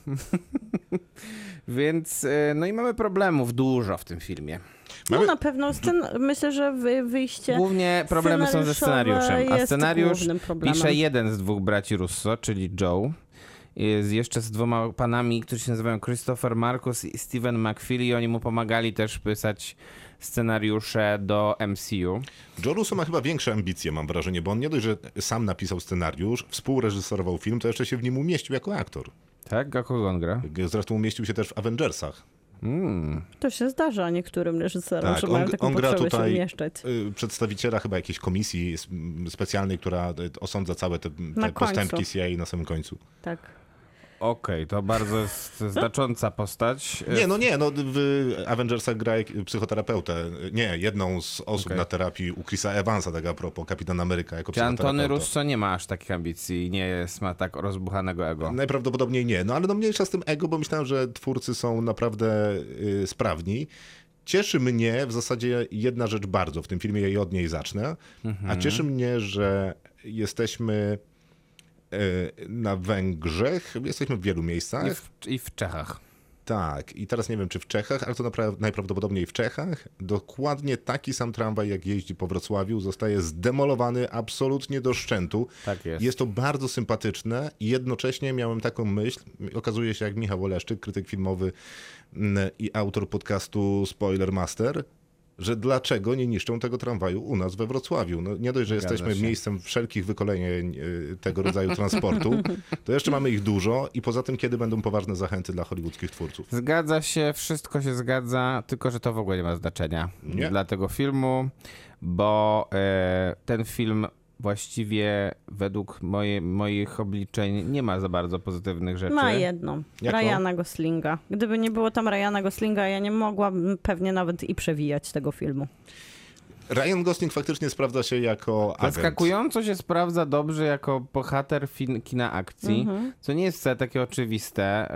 Więc, e, no i mamy problemów dużo w tym filmie. No Mamy- na pewno scen... myślę, że wy, wyjście Głównie problemy są ze scenariuszowe scenariuszem, a jest scenariusz głównym problemem. pisze jeden z dwóch braci Russo, czyli Joe. Jest jeszcze z dwoma panami, którzy się nazywają Christopher Marcus i Steven McFeely. Oni mu pomagali też pisać scenariusze do M C U. Joe Russo ma chyba większe ambicje, mam wrażenie, bo on nie dość, że sam napisał scenariusz, współreżyserował film, to jeszcze się w nim umieścił jako aktor. Tak? A kogo on gra? Zresztą umieścił się też w Avengersach. Mm. To się zdarza niektórym reżyserom, Tak, że on- mają taką on gra potrzebę tutaj- się umieszczać. Y, Przedstawiciela chyba jakiejś komisji s- specjalnej, która y, osądza całe te, Na te postępki końcu. C I A na samym końcu. Tak. Okej, to bardzo jest znacząca postać. Nie, no nie, no w Avengersach gra jak- psychoterapeutę. Nie, jedną z osób Okej. na terapii u Chrisa Evansa, tak a propos, Kapitan Ameryka jako Czy Antony psychoterapeuta. Russo nie ma aż takich ambicji, nie jest, ma tak rozbuchanego ego. Najprawdopodobniej nie, no ale no mniejsza z tym ego, bo myślałem, że twórcy są naprawdę y, sprawni. Cieszy mnie w zasadzie jedna rzecz bardzo w tym filmie i od niej zacznę, Mhm. a cieszy mnie, że jesteśmy y, na Węgrzech, jesteśmy w wielu miejscach. I w, I w Czechach. Tak, i teraz nie wiem, czy w Czechach, ale to napra- najprawdopodobniej w Czechach. Dokładnie taki sam tramwaj, jak jeździ po Wrocławiu, zostaje zdemolowany absolutnie do szczętu. Tak jest. Jest to bardzo sympatyczne i jednocześnie miałem taką myśl, okazuje się jak Michał Oleszczyk, krytyk filmowy mm, i autor podcastu Spoiler Master, że dlaczego nie niszczą tego tramwaju u nas we Wrocławiu. No, nie dość, że Zgadza jesteśmy się. miejscem wszelkich wykolejeń y, tego rodzaju transportu, to jeszcze mamy ich dużo i poza tym kiedy będą poważne zachęty dla hollywoodzkich twórców. Zgadza się, wszystko się zgadza, tylko że to w ogóle nie ma znaczenia Nie. dla tego filmu, bo e, ten film właściwie według moje, moich obliczeń nie ma za bardzo pozytywnych rzeczy. Ma jedną. Jaką? Ryana Goslinga. Gdyby nie było tam Ryana Goslinga, ja nie mogłabym pewnie nawet i przewijać tego filmu. Ryan Gosling faktycznie sprawdza się jako agent. Zaskakująco się sprawdza dobrze jako bohater fin- kina akcji, Mhm. co nie jest wcale takie oczywiste e,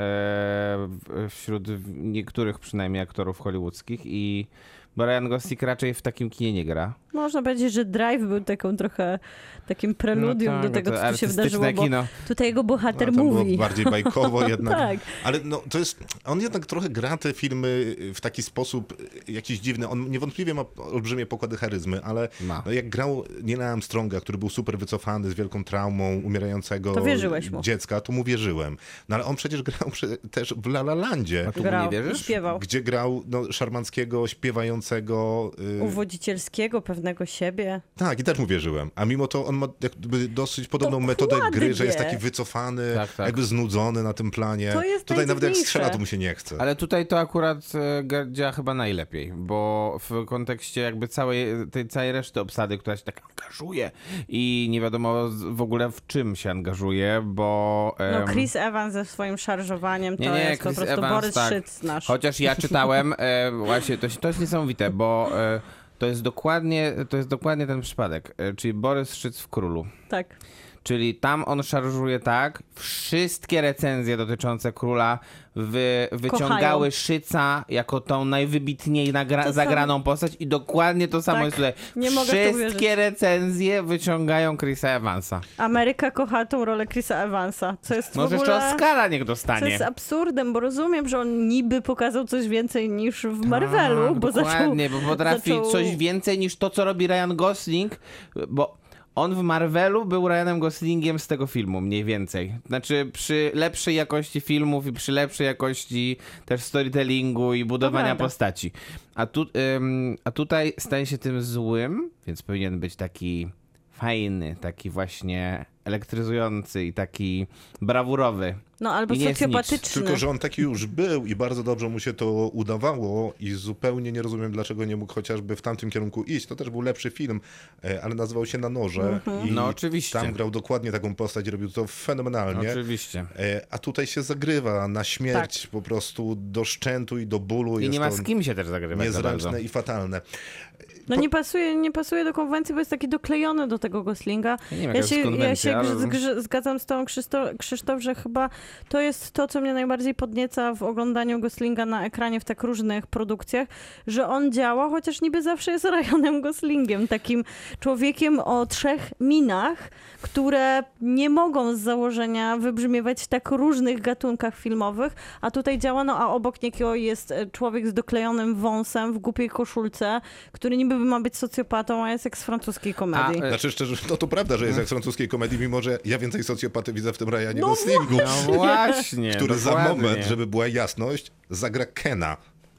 w- wśród niektórych przynajmniej aktorów hollywoodzkich i bo Ryan Gosling raczej w takim kinie nie gra. Można powiedzieć, że Drive był taką trochę takim preludium No tak, do tego, to co tu się artystyczne wydarzyło, bo kino. tutaj jego bohater No, tam było mówi. bardziej bajkowo jednak. Tak. Ale no, to jest, on jednak trochę gra te filmy w taki sposób jakiś dziwny. On niewątpliwie ma olbrzymie pokłady charyzmy, ale Ma. no, jak grał Neila Armstronga, który był super wycofany z wielką traumą umierającego To wierzyłeś mu. dziecka, to mu wierzyłem. No ale on przecież grał prze, też w La La Landzie, A tu mu Grał nie i wierzysz? śpiewał. gdzie grał no, szarmanckiego, śpiewającego... y, Uwodzicielskiego, pewnego siebie. Tak, i też mu wierzyłem. A mimo to on ma jakby dosyć podobną metodę Dokładnie. gry, że jest taki wycofany, Tak, tak. jakby znudzony na tym planie. To jest Tutaj nawet jak najdziwniejsze. strzela, to mu się nie chce. Ale tutaj to akurat e, gra- działa chyba najlepiej, bo w kontekście jakby całej, tej całej reszty obsady, która się tak angażuje i nie wiadomo z- w ogóle w czym się angażuje, bo... No em, Chris Evans ze swoim szarżowaniem to Nie, nie, jest Chris po prostu Evans, Borys tak. Szyc nasz. Chociaż ja czytałem, e, właśnie to, to jest niesamowite, bo e, to jest dokładnie, to jest dokładnie ten przypadek, e, czyli Borys Szyc w Królu. Tak. Czyli tam on szarżuje tak, wszystkie recenzje dotyczące Króla wy, wyciągały Kochają. Szyca jako tą najwybitniej nagra- To zagraną samo. postać i dokładnie to samo Tak, jest tutaj. nie mogę w to Wszystkie uwierzyć. recenzje wyciągają Chrisa Evansa. Ameryka kocha tą rolę Chrisa Evansa, co jest Może w jeszcze ogóle... Oscara niech Co dostanie. jest absurdem, bo rozumiem, że on niby pokazał coś więcej niż w Marvelu, Tak, bo zaczął... dokładnie, bo potrafi zaczął... coś więcej niż to, co robi Ryan Gosling, bo on w Marvelu był Ryanem Goslingiem z tego filmu, mniej więcej. Znaczy przy lepszej jakości filmów i przy lepszej jakości też storytellingu i budowania prawda. postaci. A, tu, ym, a tutaj staje się tym złym, więc powinien być taki fajny, taki właśnie elektryzujący i taki brawurowy. No albo I nie jest nic. socjopatyczny. Tylko, że on taki już był i bardzo dobrze mu się to udawało i zupełnie nie rozumiem, dlaczego nie mógł chociażby w tamtym kierunku iść. To też był lepszy film, e, ale nazywał się Na noże i No, oczywiście. tam grał dokładnie taką postać, robił to fenomenalnie. Oczywiście. E, A tutaj się zagrywa na śmierć po prostu do szczętu i do bólu. I Jest nie ma to z kim się też zagrywać za bardzo. niezręczne i fatalne. No nie pasuje, nie pasuje do konwencji, bo jest taki doklejony do tego Goslinga. Ja nie wiem, Ja jaka się, jest ja konwencja, się ale- grz- grz- zgadzam z tą Krzysztof, Krzysztof, że chyba to jest to, co mnie najbardziej podnieca w oglądaniu Goslinga na ekranie w tak różnych produkcjach, że on działa, chociaż niby zawsze jest Ryanem Goslingiem, takim człowiekiem o trzech minach, które nie mogą z założenia wybrzmiewać w tak różnych gatunkach filmowych, a tutaj działa, no a obok niego jest e, człowiek z doklejonym wąsem w głupiej koszulce, który niby ma być socjopatą, a jest jak z francuskiej komedii. A, e, Znaczy szczerze, no to prawda, że jest jak z francuskiej komedii, mimo że ja więcej socjopaty widzę w tym Ryanie No Goslingu, No właśnie, który za dokładnie. moment, żeby była jasność, zagra Kena.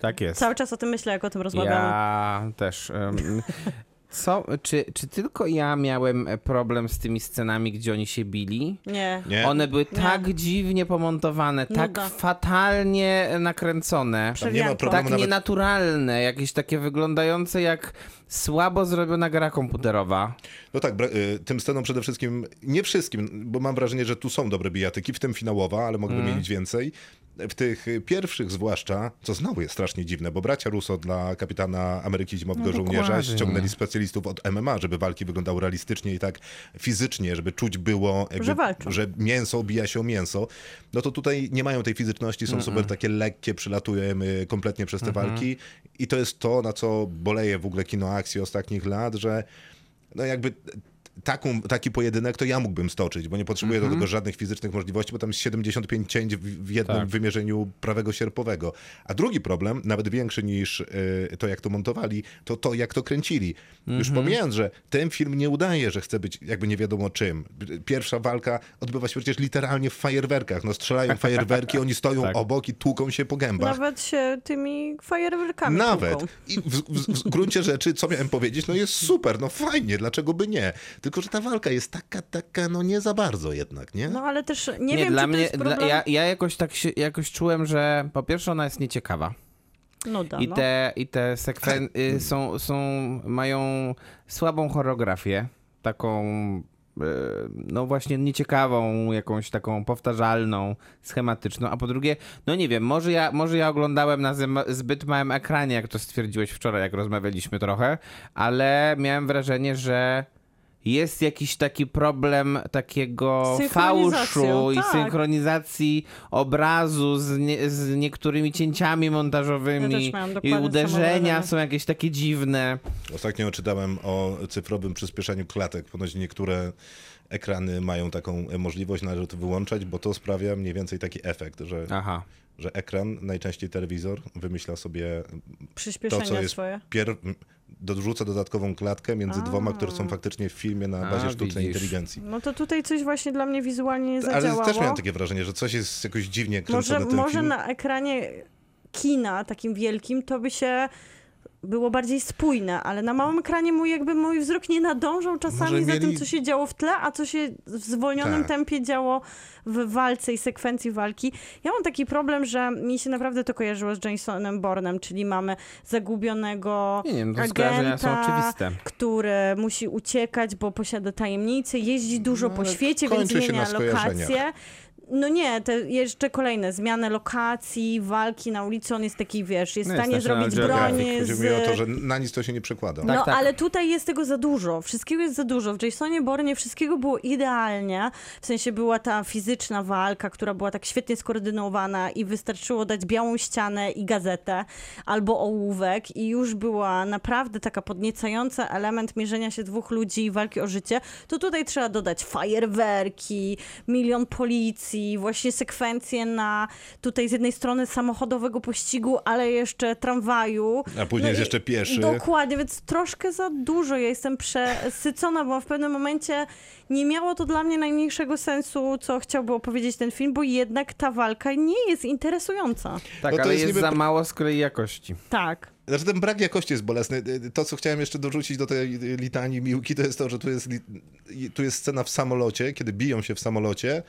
Tak jest. Cały czas o tym myślę, jak o tym rozmawiamy. Ja też. Um, co, czy, czy tylko ja miałem problem z tymi scenami, gdzie oni się bili? Nie. Nie? One były tak dziwnie pomontowane, tak Nuda. fatalnie nakręcone, Tam nie ma Przewianka. problemu tak nawet... nienaturalne, jakieś takie wyglądające jak słabo zrobiona gra komputerowa. No tak, bra- y, tym scenom przede wszystkim, nie wszystkim, bo mam wrażenie, że tu są dobre bijatyki, w tym finałowa, ale mogłyby Mm. mieć więcej. W tych y, pierwszych zwłaszcza, co znowu jest strasznie dziwne, bo bracia Russo dla kapitana Ameryki Zimowego No Żołnierza dokładnie. ściągnęli specjalistów od M M A, żeby walki wyglądały realistycznie i tak fizycznie, żeby czuć było, jakby, Że walczą. że mięso obija się o mięso. No to tutaj nie mają tej fizyczności, są super takie lekkie, przylatujemy kompletnie przez te walki i to jest to, na co boleje w ogóle kino akcji ostatnich lat, że no jakby taką, taki pojedynek to ja mógłbym stoczyć, bo nie potrzebuję do tego żadnych fizycznych możliwości, bo tam jest siedemdziesiąt pięć cięć w, w jednym Tak. wymierzeniu prawego sierpowego. A drugi problem, nawet większy niż y, to, jak to montowali, to to, jak to kręcili. Już pomijając, że ten film nie udaje, że chce być jakby nie wiadomo czym. Pierwsza walka odbywa się przecież literalnie w fajerwerkach. No strzelają fajerwerki, oni stoją Tak. obok i tłuką się po gębach. Nawet się tymi fajerwerkami Nawet. tłuką. I w, w, w gruncie rzeczy, co miałem powiedzieć, no jest super, no fajnie, dlaczego by nie? Tylko, że ta walka jest taka, taka, no nie za bardzo jednak, nie? No ale też nie, Nie, wiem, dla czy to mnie, jest problem... dla, ja, ja jakoś tak się, jakoś czułem, że po pierwsze ona jest nieciekawa. Nuda, I no. te, i te sekwencje są, są, mają słabą choreografię, taką e, no właśnie nieciekawą, jakąś taką powtarzalną, schematyczną, a po drugie, no nie wiem, może ja, może ja oglądałem na zem- zbyt małym ekranie, jak to stwierdziłeś wczoraj, jak rozmawialiśmy trochę, ale miałem wrażenie, że jest jakiś taki problem takiego Synchronizacją, fałszu i tak. synchronizacji obrazu z, nie, z niektórymi cięciami Ja montażowymi też miałam i dokładnie samo uderzenia wrażenie. są jakieś takie dziwne. Ostatnio czytałem o cyfrowym przyspieszeniu klatek. Ponoć niektóre ekrany mają taką możliwość, należy to wyłączać, bo to sprawia mniej więcej taki efekt, że, Aha. że ekran, najczęściej telewizor, wymyśla sobie to, Przyspieszenia co jest swoje. pier... dorzuca dodatkową klatkę między A. dwoma, które są faktycznie w filmie na A, bazie sztucznej widzisz. inteligencji. No to tutaj coś właśnie dla mnie wizualnie nie Ale zadziałało. też miałem takie wrażenie, że coś jest jakoś dziwnie kręcone Może, ten może film. na ekranie kina takim wielkim to by się było bardziej spójne, ale na małym ekranie mój jakby mój wzrok nie nadążał czasami Może za mieli- tym, co się działo w tle, a co się w zwolnionym Tak. tempie działo w walce i sekwencji walki. Ja mam taki problem, że mi się naprawdę to kojarzyło z Jasonem Bournem, czyli mamy zagubionego Nie, nie, no to skojarzenia są agenta, oczywiste. który musi uciekać, bo posiada tajemnice, jeździ dużo No, po ale świecie, więc kończy się zmienia na skojarzeniach. lokacje. No nie, te jeszcze kolejne zmiany lokacji, walki na ulicy, on jest taki, wiesz, jest w No jest stanie National zrobić Geographic. broń Chodzi z... mi o to, że na nic to się nie przekłada. No, Tak, tak. ale tutaj jest tego za dużo. Wszystkiego jest za dużo. W Jasonie Bournie wszystkiego było idealnie. W sensie była ta fizyczna walka, która była tak świetnie skoordynowana i wystarczyło dać białą ścianę i gazetę albo ołówek i już była naprawdę taka podniecająca element mierzenia się dwóch ludzi i walki o życie. To tutaj trzeba dodać fajerwerki, milion policji, właśnie sekwencje na tutaj z jednej strony samochodowego pościgu, ale jeszcze tramwaju. A później No jest i- jeszcze pieszy. Dokładnie, więc troszkę za dużo. Ja jestem przesycona, bo w pewnym momencie nie miało to dla mnie najmniejszego sensu, co chciałby opowiedzieć ten film, bo jednak ta walka nie jest interesująca. Tak, No to ale jest jest, niby- za mało z kolei jakości. Tak. Znaczy ten brak jakości jest bolesny. To, co chciałem jeszcze dorzucić do tej litanii Miłki, to jest to, że tu jest, li- tu jest scena w samolocie, kiedy biją się w samolocie,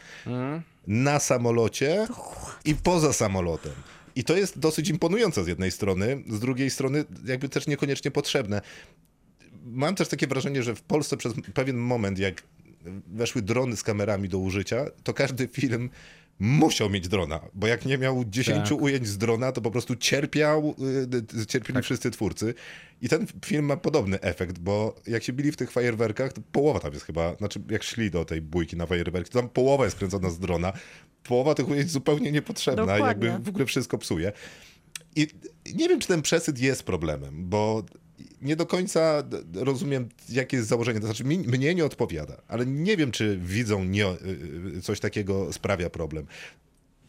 na samolocie i poza samolotem. I to jest dosyć imponujące z jednej strony, z drugiej strony jakby też niekoniecznie potrzebne. Mam też takie wrażenie, że w Polsce przez pewien moment, jak weszły drony z kamerami do użycia, to każdy film musiał mieć drona, bo jak nie miał dziesięciu Tak. ujęć z drona, to po prostu cierpiał, y, cierpieli Tak. wszyscy twórcy. I ten film ma podobny efekt, bo jak się bili w tych fajerwerkach, to połowa tam jest chyba, znaczy jak szli do tej bójki na fajerwerki, to tam połowa jest kręcona z drona, połowa tych ujęć zupełnie niepotrzebna i Dokładnie. jakby w ogóle wszystko psuje. I nie wiem, czy ten przesyt jest problemem, bo nie do końca d- rozumiem, jakie jest założenie. To znaczy, mi, mnie nie odpowiada, ale nie wiem, czy widzą nie, y, y, coś takiego sprawia problem.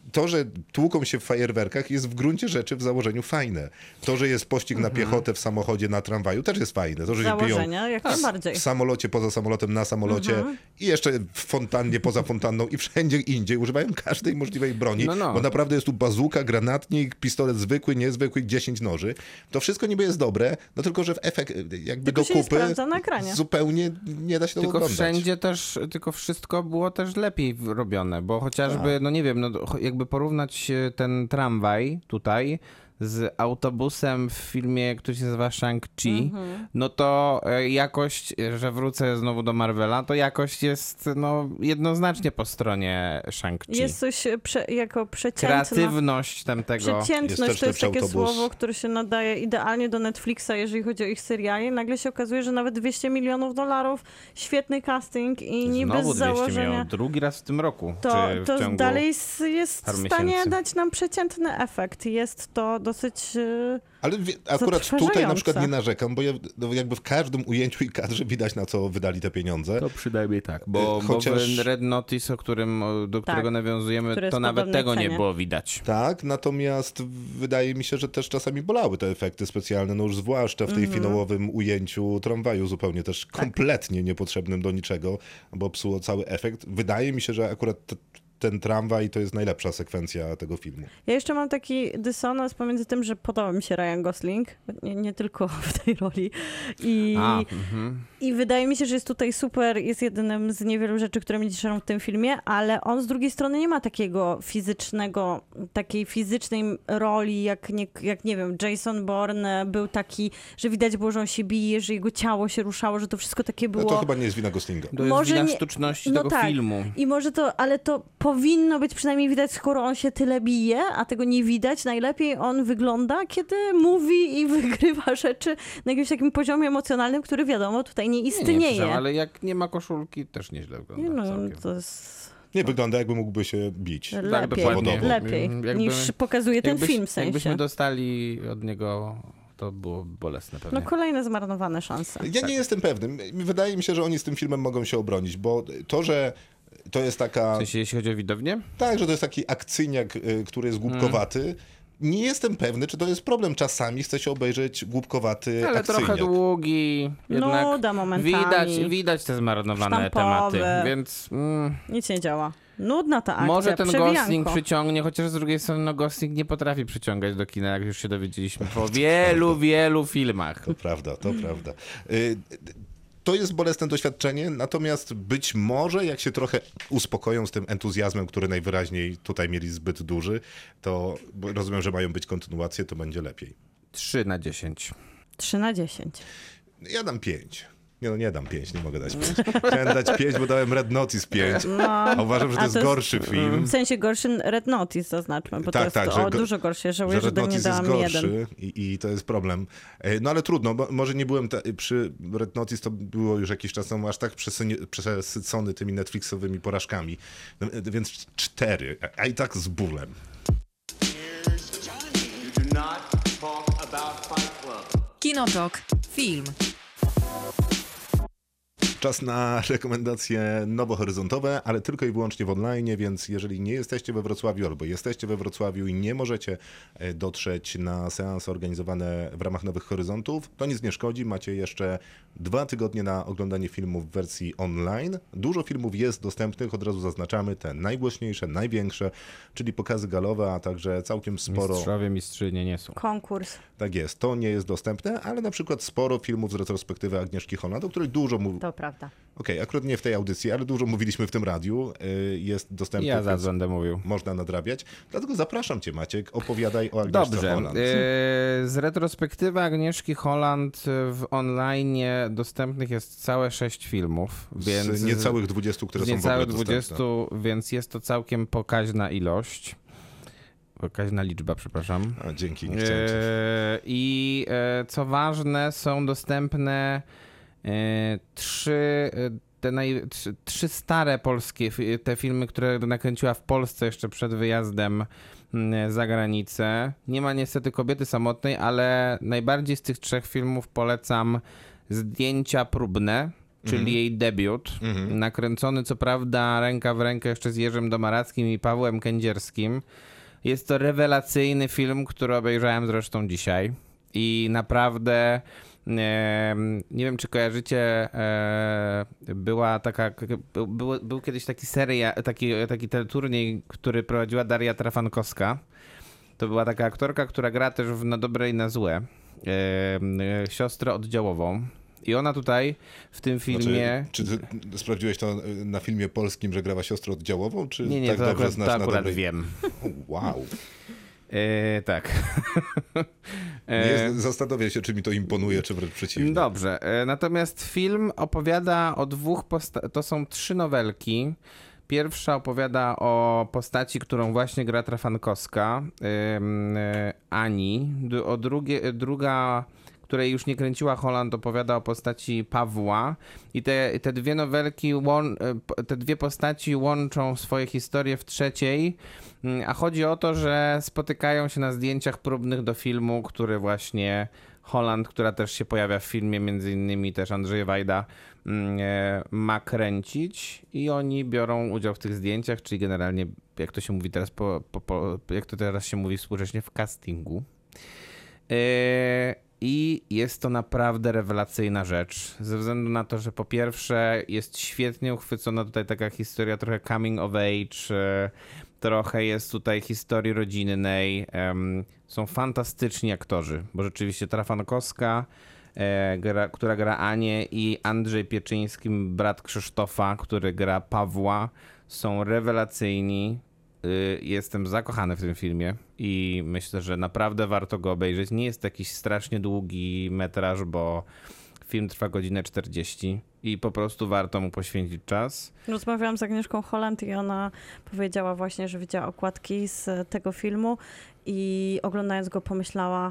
to, że tłuką się w fajerwerkach jest w gruncie rzeczy w założeniu fajne. To, że jest pościg na piechotę w samochodzie, na tramwaju też jest fajne. To, że się biją Założenia, jak najbardziej. w samolocie, poza samolotem, na samolocie i jeszcze w fontannie, poza fontanną i wszędzie indziej używają każdej możliwej broni, No, no. bo naprawdę jest tu bazuka, granatnik, pistolet zwykły, niezwykły, dziesięć noży. To wszystko niby jest dobre, no tylko, że w efekt jakby Tylko do się nie kupy sprawdza na ekranie. zupełnie nie da się tego Tylko oglądać. wszędzie też, tylko wszystko było też lepiej robione, bo chociażby, no nie wiem, no jakby porównać ten tramwaj tutaj z autobusem w filmie, który się nazywa Shang-Chi, Mhm. no to e, jakość, że wrócę znowu do Marvela, to jakość jest no jednoznacznie po stronie Shang-Chi. Jest coś prze, jako przeciętna. Kreatywność tamtego. Jest Przeciętność też to jest lepszy takie autobus. słowo, które się nadaje idealnie do Netflixa, jeżeli chodzi o ich seriali. Nagle się okazuje, że nawet dwieście milionów dolarów, świetny casting i niby Znowu z dwieście założenia... miał drugi raz w tym roku. To, czy w to ciągu... dalej s- jest paru w stanie miesięcy. dać nam przeciętny efekt. Jest to dosyć... e, Ale wie, akurat tutaj na Zatrważające. przykład nie narzekam, bo ja, no jakby w każdym ujęciu i kadrze widać, na co wydali te pieniądze. To przynajmniej tak, bo, Chociaż- bo w Red Notice, o którym, o- do którego nawiązujemy, który jest to w nawet podobnej tego nie cenie. było widać. Tak, natomiast wydaje mi się, że też czasami bolały te efekty specjalne, no już zwłaszcza w tej finałowym ujęciu tramwaju, zupełnie też kompletnie niepotrzebnym do niczego, bo psuło cały efekt. Wydaje mi się, że akurat t- ten tramwaj to jest najlepsza sekwencja tego filmu. Ja jeszcze mam taki dysonans pomiędzy tym, że podoba mi się Ryan Gosling, nie, nie tylko w tej roli. I, A, mhm. I wydaje mi się, że jest tutaj super, jest jedynym z niewielu rzeczy, które mnie cieszą w tym filmie, ale on z drugiej strony nie ma takiego fizycznego, takiej fizycznej roli, jak nie, jak nie wiem, Jason Bourne był taki, że widać było, że on się bije, że jego ciało się ruszało, że to wszystko takie było... No to chyba nie jest wina Goslinga. To jest Może wina nie- sztuczności no tego tak. filmu. I może to, ale to powinno być przynajmniej widać, skoro on się tyle bije, a tego nie widać. Najlepiej on wygląda, kiedy mówi i wygrywa rzeczy na jakimś takim poziomie emocjonalnym, który wiadomo tutaj nie Nie, nie, istnieje. przepraszam, ale jak nie ma koszulki, też nieźle wygląda. no, całkiem. to jest Nie wygląda, jakby mógłby się bić. lepiej, dokładnie. lepiej Jakby- niż pokazuje ten Jakbyś- film w sensie. Jakbyśmy dostali od niego, to było bolesne pewnie. No kolejne zmarnowane szanse. Ja nie jestem pewny. Wydaje mi się, że oni z tym filmem mogą się obronić, bo to, że to jest taka... W sensie, jeśli chodzi o widownię? Tak, że to jest taki akcyjniak, y, który jest głupkowaty. Nie jestem pewny, czy to jest problem. Czasami chce się obejrzeć głupkowaty Ale akcyjniak. trochę długi. Jednak Nuda momentami. widać, widać te zmarnowane Sztampowe. tematy, więc mm, Nic nie działa. Nudna ta akcja, może ten przewijanko. Gosling przyciągnie, chociaż z drugiej strony no, Gosling nie potrafi przyciągać do kina, jak już się dowiedzieliśmy po wielu, wielu filmach. To prawda, to prawda. Y, To jest bolesne doświadczenie, natomiast być może jak się trochę uspokoją z tym entuzjazmem, który najwyraźniej tutaj mieli zbyt duży, to bo rozumiem, że mają być kontynuacje, to będzie lepiej. trzy na dziesięć. trzy na dziesięć. Ja dam pięć. Nie no, nie dam pięć, nie mogę dać pięć. Chciałem dać pięć, bo dałem Red Notice pięć. No, A uważam, że to a jest gorszy film. W sensie gorszy Red Notice zaznaczmy, bo Tak, to jest tak, o, że go- dużo gorsze. Żałuję, Że że, Red do nie Notice jest dałam jeden. gorszy i, i to jest problem. E, No ale trudno, bo może nie byłem ta, przy Red Notice, to było już jakiś czas temu aż tak przesyni- przesycony tymi Netflixowymi porażkami. No, e, więc cztery, a- a i tak z bólem. You do not talk about Fight Club. Kinotok. Film. Czas na rekomendacje nowohoryzontowe, ale tylko i wyłącznie w online, więc jeżeli nie jesteście we Wrocławiu albo jesteście we Wrocławiu i nie możecie e, dotrzeć na seanse organizowane w ramach Nowych Horyzontów, to nic nie szkodzi. Macie jeszcze dwa tygodnie na oglądanie filmów w wersji online. Dużo filmów jest dostępnych, od razu zaznaczamy te najgłośniejsze, największe, czyli pokazy galowe, a także całkiem sporo... Mistrzowie, mistrzynie nie są. Konkurs. Tak jest, to nie jest dostępne, ale na przykład sporo filmów z retrospektywy Agnieszki Holland, o której dużo mówi. To prawda. Okej, akurat nie w tej audycji, ale dużo mówiliśmy w tym radiu. y, Jest dostępny, Ja więc za będę mówił. można nadrabiać. Dlatego zapraszam cię, Maciek, opowiadaj o Agnieszce Dobrze. Holland. E, Z retrospektywy Agnieszki Holland w online dostępnych jest całe sześć filmów, więc Z niecałych dwudziestu, które z są w ogóle niecałych dostępne. dwudziestu, więc jest to całkiem pokaźna ilość. Pokaźna liczba, przepraszam. A, dzięki, nie chciałem cię. E, I e, co ważne, są dostępne e, trzy, e, te naj, trzy, trzy stare polskie, fi- te filmy, które nakręciła w Polsce jeszcze przed wyjazdem mm, za granicę. Nie ma niestety Kobiety samotnej, ale najbardziej z tych trzech filmów polecam Zdjęcia próbne. czyli Mhm. jej debiut, Mhm. nakręcony co prawda ręka w rękę jeszcze z Jerzym Domarackim i Pawłem Kędzierskim. Jest to rewelacyjny film, który obejrzałem zresztą dzisiaj i naprawdę e, nie wiem, czy kojarzycie, e, była taka, był, był, był kiedyś taki seria, taki, taki teleturniej, który prowadziła Daria Trafankowska. To była taka aktorka, która gra też w Na dobre i na złe, e, e, siostrę oddziałową. I ona tutaj w tym filmie... Znaczy, czy ty sprawdziłeś to na filmie polskim, że grała siostrę oddziałową, czy Nie, nie, tak to dobrze akurat, znasz to na akurat dobrej... wiem. O, wow. E, tak. Nie, E, zastanawiam się, czy mi to imponuje, czy wręcz przeciwnie. Dobrze. E, natomiast film opowiada o dwóch postaciach. To są trzy nowelki. Pierwsza opowiada o postaci, którą właśnie gra Trafankowska, ym, y, Ani. D- o drugie, druga, której już nie kręciła Holland, opowiada o postaci Pawła. I te, te dwie nowelki, łą- y, te dwie postaci łączą swoje historie w trzeciej. Y, A chodzi o to, że spotykają się na zdjęciach próbnych do filmu, który właśnie Holland, która też się pojawia w filmie, między innymi też Andrzej Wajda, ma kręcić i oni biorą udział w tych zdjęciach, czyli generalnie, jak to się mówi teraz, po, po, po, jak to teraz się mówi współcześnie, w castingu. Yy, I jest to naprawdę rewelacyjna rzecz, ze względu na to, że po pierwsze jest świetnie uchwycona tutaj taka historia trochę coming of age, yy, trochę jest tutaj historii rodzinnej, yy, są fantastyczni aktorzy, bo rzeczywiście Trafankowska, E, gra, która gra Anię, i Andrzej Pieczyński, brat Krzysztofa, który gra Pawła, są rewelacyjni. Y, jestem zakochany w tym filmie i myślę, że naprawdę warto go obejrzeć. Nie jest jakiś strasznie długi metraż, bo film trwa godzinę czterdzieści i po prostu warto mu poświęcić czas. Rozmawiałam z Agnieszką Holland i ona powiedziała właśnie, że widziała okładki z tego filmu i oglądając go pomyślała,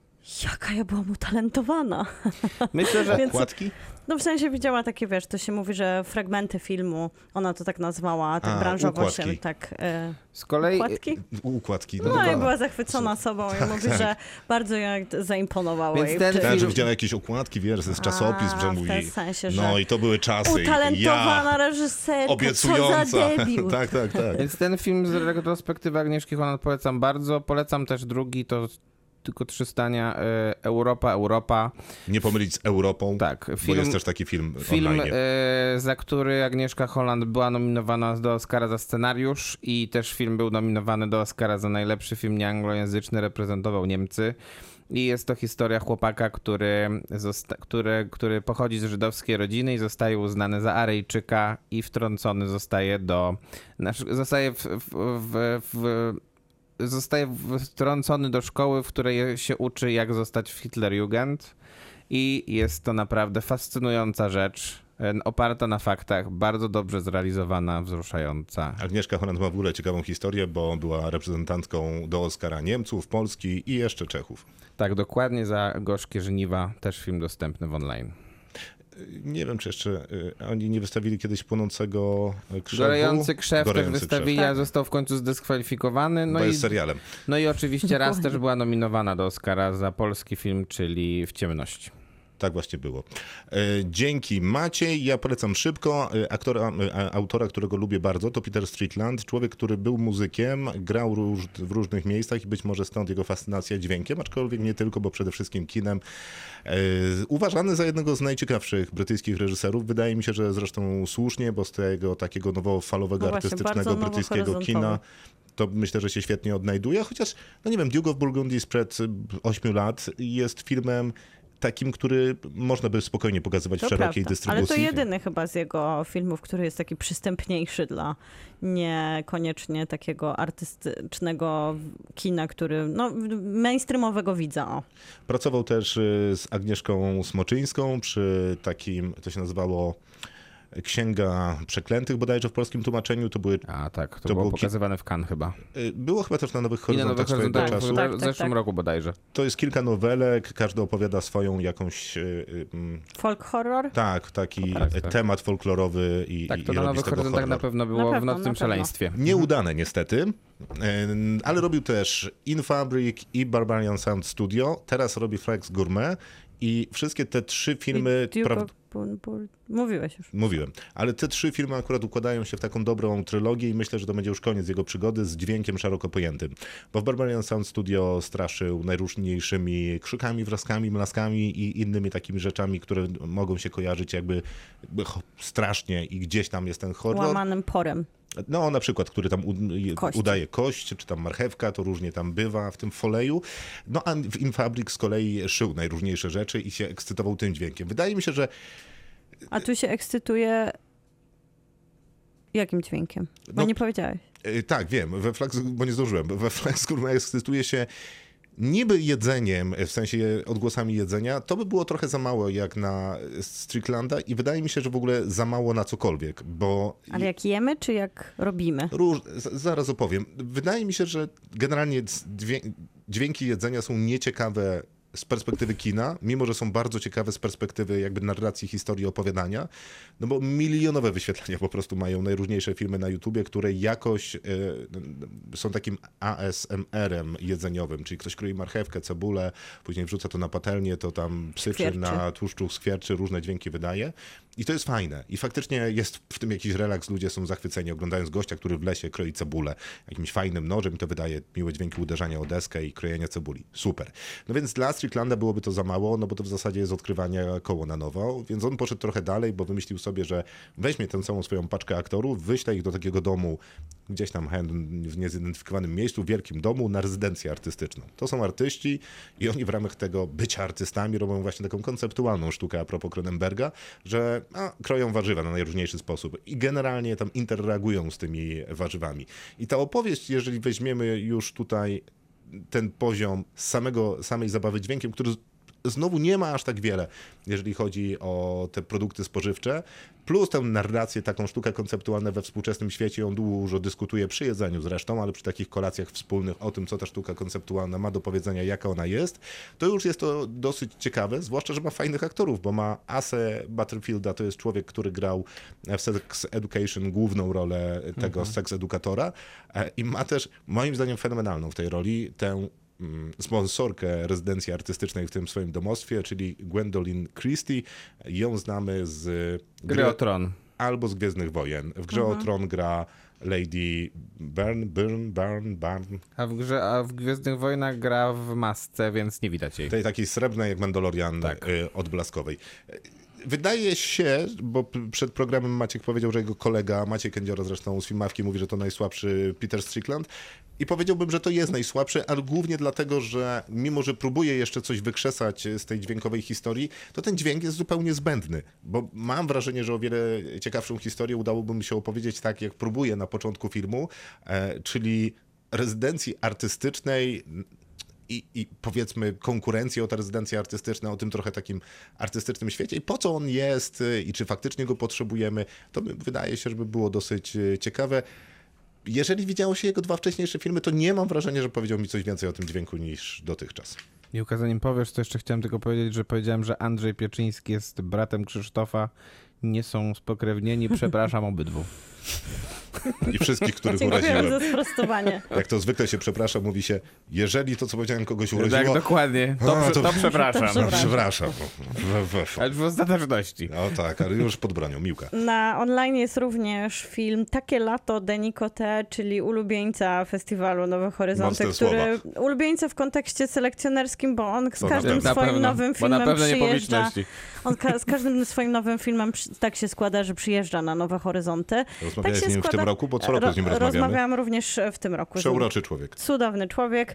jaka ja byłam utalentowana. Myślę, że Więc- Okładki? No w sensie widziała takie, wiesz, to się mówi, że fragmenty filmu, ona to tak nazwała, tak A, branżowo układki. się, tak, e, z kolei układki? Układki. No, dobra. i była zachwycona sobą i mówi, że bardzo ją zaimponowało Więc jej ten wtedy. Myślałem, że film- widziała jakieś okładki, wiesz, z czasopism, że A, w mówi, ten sensie, że no i to były czasy. utalentowana Ja, reżyserka, obiecująca. co za debiut. tak, tak, tak. Więc ten film z retrospektywy Agnieszki Holland polecam bardzo. Polecam też drugi, to tylko trzy zdania. e, Europa, Europa. Nie pomylić z Europą, Tak, bo film, jest też taki film, film online. e, za który Agnieszka Holland była nominowana do Oscara za scenariusz i też film był nominowany do Oscara za najlepszy film nieanglojęzyczny, reprezentował Niemcy. I jest to historia chłopaka, który, zosta- który, który pochodzi z żydowskiej rodziny i zostaje uznany za Aryjczyka i wtrącony zostaje do... Znaczy, zostaje w, w, w, w zostaje wtrącony do szkoły, w której się uczy, jak zostać w Hitlerjugend, i jest to naprawdę fascynująca rzecz, oparta na faktach, bardzo dobrze zrealizowana, wzruszająca. Agnieszka Holland ma w ogóle ciekawą historię, bo była reprezentantką do Oscara Niemców, Polski i jeszcze Czechów. Tak, dokładnie, za Gorzkie Żniwa, też film dostępny w online. Nie wiem, czy jeszcze y, oni nie wystawili kiedyś Płonącego krzewu. Gorejący krzew Gorejący też wystawili, krzew, a został w końcu zdyskwalifikowany. bo No i, jest serialem. no i oczywiście raz też była nominowana do Oscara za polski film, czyli W ciemności. Tak właśnie było. E, Dzięki Maciej. Ja polecam szybko. E, Aktora, e, autora, którego lubię bardzo, to Peter Strickland. Człowiek, który był muzykiem, grał róż, w różnych miejscach i być może stąd jego fascynacja dźwiękiem, aczkolwiek nie tylko, bo przede wszystkim kinem. E, Uważany za jednego z najciekawszych brytyjskich reżyserów. Wydaje mi się, że zresztą słusznie, bo z tego takiego nowofalowego, No właśnie, artystycznego bardzo brytyjskiego nowohoryzontowy. kina to myślę, że się świetnie odnajduje. Chociaż, no nie wiem, Duke of Burgundy sprzed ośmiu lat jest filmem takim, który można by spokojnie pokazywać To w szerokiej prawda. dystrybucji. Ale to jedyny chyba z jego filmów, który jest taki przystępniejszy dla niekoniecznie takiego artystycznego kina, który, no, mainstreamowego widza. O. Pracował też y, z Agnieszką Smoczyńską przy takim, to się nazywało Księga Przeklętych bodajże w polskim tłumaczeniu. To były, A tak, to, To było było ki- pokazywane w Cannes chyba. y, było chyba też na Nowych I na Horyzontach Nowych swojego Horyzontach czasu. w, Tak, w tak, zeszłym tak. roku bodajże. To jest kilka nowelek, każdy opowiada swoją jakąś, y, y, mm, Folk horror? tak, taki Tak, tak. temat folklorowy i, Tak, i, to i na robi z Nowych tego Horyzontach horror. na pewno było Na pewno, w na Nocnym pewno. Szaleństwie. Nieudane niestety, em, ale robił też In Fabric i Barbarian Sound Studio. Teraz robi Flex Gourmet i wszystkie te trzy filmy... I Duke praw- of Bun, bun. Mówiłeś już. Mówiłem. Ale te trzy filmy akurat układają się w taką dobrą trylogię i myślę, że to będzie już koniec jego przygody z dźwiękiem szeroko pojętym. Bo w Barbarian Sound Studio straszył najróżniejszymi krzykami, wrzaskami, mlaskami i innymi takimi rzeczami, które mogą się kojarzyć jakby strasznie i gdzieś tam jest ten horror. Łamanym porem. No na przykład, który tam u, Kość. udaje kość, czy tam marchewka, to różnie tam bywa w tym foleju. No a w Infabrik z kolei szył najróżniejsze rzeczy i się ekscytował tym dźwiękiem. Wydaje mi się, że A tu się ekscytuje jakim dźwiękiem? Bo No, nie powiedziałeś. Yy, tak, wiem, we Flax, bo nie zdążyłem. We Flax Gourmet ekscytuje się niby jedzeniem, w sensie odgłosami jedzenia, to by było trochę za mało jak na Stricklanda i wydaje mi się, że w ogóle za mało na cokolwiek, bo... Ale jak jemy, czy jak robimy? Róż, z- zaraz opowiem. Wydaje mi się, że generalnie dźwię- dźwięki jedzenia są nieciekawe z perspektywy kina, mimo że są bardzo ciekawe z perspektywy jakby narracji, historii, opowiadania, no bo milionowe wyświetlenia po prostu mają najróżniejsze filmy na YouTubie, które jakoś y, są takim A S M R-em jedzeniowym, czyli ktoś kroi marchewkę, cebulę, później wrzuca to na patelnię, to tam psyczy Skwierczy. na tłuszczu, skwierczy, różne dźwięki wydaje i to jest fajne. I faktycznie jest w tym jakiś relaks, ludzie są zachwyceni oglądając gościa, który w lesie kroi cebulę jakimś fajnym nożem i to wydaje miłe dźwięki uderzania o deskę i krojenia cebuli. Super. No więc dla Stricklanda byłoby to za mało, no bo to w zasadzie jest odkrywanie koło na nowo, więc on poszedł trochę dalej, bo wymyślił sobie, że weźmie tę całą swoją paczkę aktorów, wyśle ich do takiego domu, gdzieś tam w niezidentyfikowanym miejscu, w wielkim domu, na rezydencję artystyczną. To są artyści i oni w ramach tego bycia artystami robią właśnie taką konceptualną sztukę a propos Cronenberga, że a, kroją warzywa na najróżniejszy sposób i generalnie tam interagują z tymi warzywami. I ta opowieść, jeżeli weźmiemy już tutaj ten poziom samego, samej zabawy dźwiękiem, który znowu nie ma aż tak wiele, jeżeli chodzi o te produkty spożywcze, plus tę narrację, taką sztukę konceptualną we współczesnym świecie, on dużo dyskutuje przy jedzeniu zresztą, ale przy takich kolacjach wspólnych o tym, co ta sztuka konceptualna ma do powiedzenia, jaka ona jest, to już jest to dosyć ciekawe, zwłaszcza, że ma fajnych aktorów, bo ma Asę Butterfielda, to jest człowiek, który grał w Sex Education główną rolę tego mhm. seks edukatora i ma też, moim zdaniem, fenomenalną w tej roli tę sponsorkę rezydencji artystycznej w tym swoim domostwie, czyli Gwendolyn Christie. Ją znamy z Gry o Tron. Albo z Gwiezdnych Wojen. W Grze mhm. o Tron gra Lady Byrne, Byrne, Byrne, Byrne. A w, grze, a w Gwiezdnych Wojnach gra w masce, więc nie widać jej. Tej takiej srebrnej jak Mandalorian, tak. y, odblaskowej. Wydaje się, bo przed programem Maciek powiedział, że jego kolega, Maciek Kędziora zresztą z Filmawki, mówi, że to najsłabszy Peter Strickland. I powiedziałbym, że to jest najsłabszy, ale głównie dlatego, że mimo, że próbuje jeszcze coś wykrzesać z tej dźwiękowej historii, to ten dźwięk jest zupełnie zbędny. Bo mam wrażenie, że o wiele ciekawszą historię udałoby mi się opowiedzieć tak, jak próbuję na początku filmu, e, czyli rezydencji artystycznej, I, i powiedzmy konkurencję o te rezydencje artystyczne, o tym trochę takim artystycznym świecie i po co on jest i czy faktycznie go potrzebujemy, to wydaje się, żeby było dosyć ciekawe. Jeżeli widziało się jego dwa wcześniejsze filmy, to nie mam wrażenia, że powiedział mi coś więcej o tym dźwięku niż dotychczas. Miłka, zanim powiesz, to jeszcze chciałem tylko powiedzieć, że powiedziałem, że Andrzej Pieczyński jest bratem Krzysztofa. Nie są spokrewnieni, przepraszam obydwu. I wszystkich, których Dziękuję uraziłem. za sprostowanie. Jak to zwykle się przeprasza, mówi się, jeżeli to, co powiedziałem, kogoś uraziło... Tak, dokładnie. To, A, to, to przepraszam. To No, przepraszam. Ale w ostateczności. No tak, ale już pod bronią. Miłka. Na online jest również film Takie lato Denis Coté, czyli ulubieńca festiwalu Nowe Horyzonty, Mocne który słowa. Ulubieńca w kontekście selekcjonerskim, bo on z No, każdym na swoim pewno, nowym bo na filmem pewno nie przyjeżdża. publiczności. On ka- z każdym swoim nowym filmem przy- tak się składa, że przyjeżdża na Nowe Horyzonty. Rozmawiałeś tak z nim składa... w tym roku, bo co roku z nim rozmawiamy. Rozmawiałam również w tym roku. Przeuroczy człowiek. Cudowny człowiek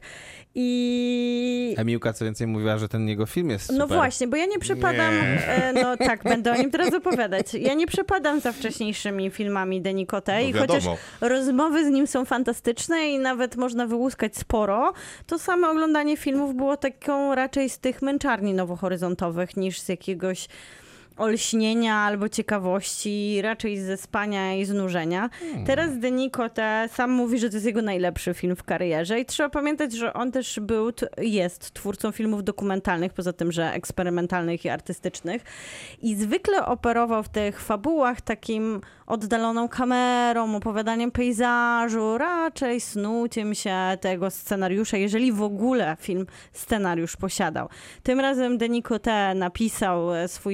i... A Miłka co więcej mówiła, że ten jego film jest super. No właśnie, bo ja nie przepadam, Nie. e, no tak, będę o nim teraz opowiadać. Ja nie przepadam za wcześniejszymi filmami Denis Coté No i chociaż wiadomo. rozmowy z nim są fantastyczne i nawet można wyłuskać sporo, to samo oglądanie filmów było taką raczej z tych męczarni nowohoryzontowych niż z jakiegoś olśnienia albo ciekawości, raczej ze spania i znużenia. Hmm. Teraz Denis Coté sam mówi, że to jest jego najlepszy film w karierze i trzeba pamiętać, że on też był, jest twórcą filmów dokumentalnych, poza tym, że eksperymentalnych i artystycznych i zwykle operował w tych fabułach takim oddaloną kamerą, opowiadaniem pejzażu, raczej snuciem się tego scenariusza, jeżeli w ogóle film scenariusz posiadał. Tym razem Denis Coté napisał swój film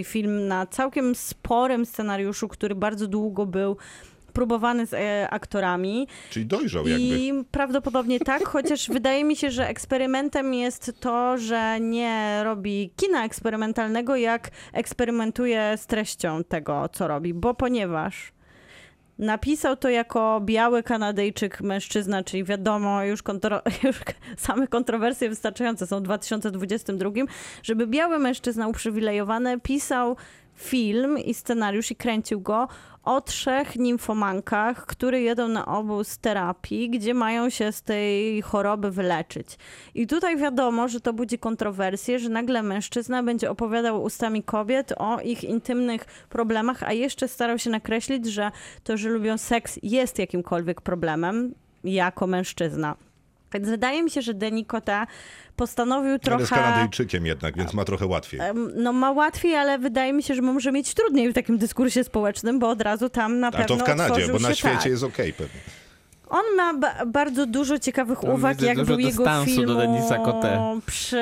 na całkiem sporym scenariuszu, który bardzo długo był próbowany z e, aktorami. Czyli dojrzał jakby. I prawdopodobnie tak, chociaż wydaje mi się, że eksperymentem jest to, że nie robi kina eksperymentalnego, jak eksperymentuje z treścią tego, co robi, bo ponieważ napisał to jako biały Kanadyjczyk, mężczyzna, czyli wiadomo, już, kontro, już same kontrowersje wystarczające są w dwa tysiące dwudziestym drugim, żeby biały mężczyzna uprzywilejowany pisał film i scenariusz i kręcił go o trzech nimfomankach, które jedą na obóz terapii, gdzie mają się z tej choroby wyleczyć. I tutaj wiadomo, że to budzi kontrowersję, że nagle mężczyzna będzie opowiadał ustami kobiet o ich intymnych problemach, a jeszcze starał się nakreślić, że to, że lubią seks, jest jakimkolwiek problemem jako mężczyzna. Więc wydaje mi się, że Denis Coté postanowił trochę... Ale jest Kanadyjczykiem jednak, więc ma trochę łatwiej. No ma łatwiej, ale wydaje mi się, że może mieć trudniej w takim dyskursie społecznym, bo od razu tam na A pewno to w Kanadzie, bo na się, świecie tak. jest okej okay, pewnie. On ma ba- bardzo dużo ciekawych Tam uwag, widzę jak dużo był jego dystansu film do Denisa Coté. przy...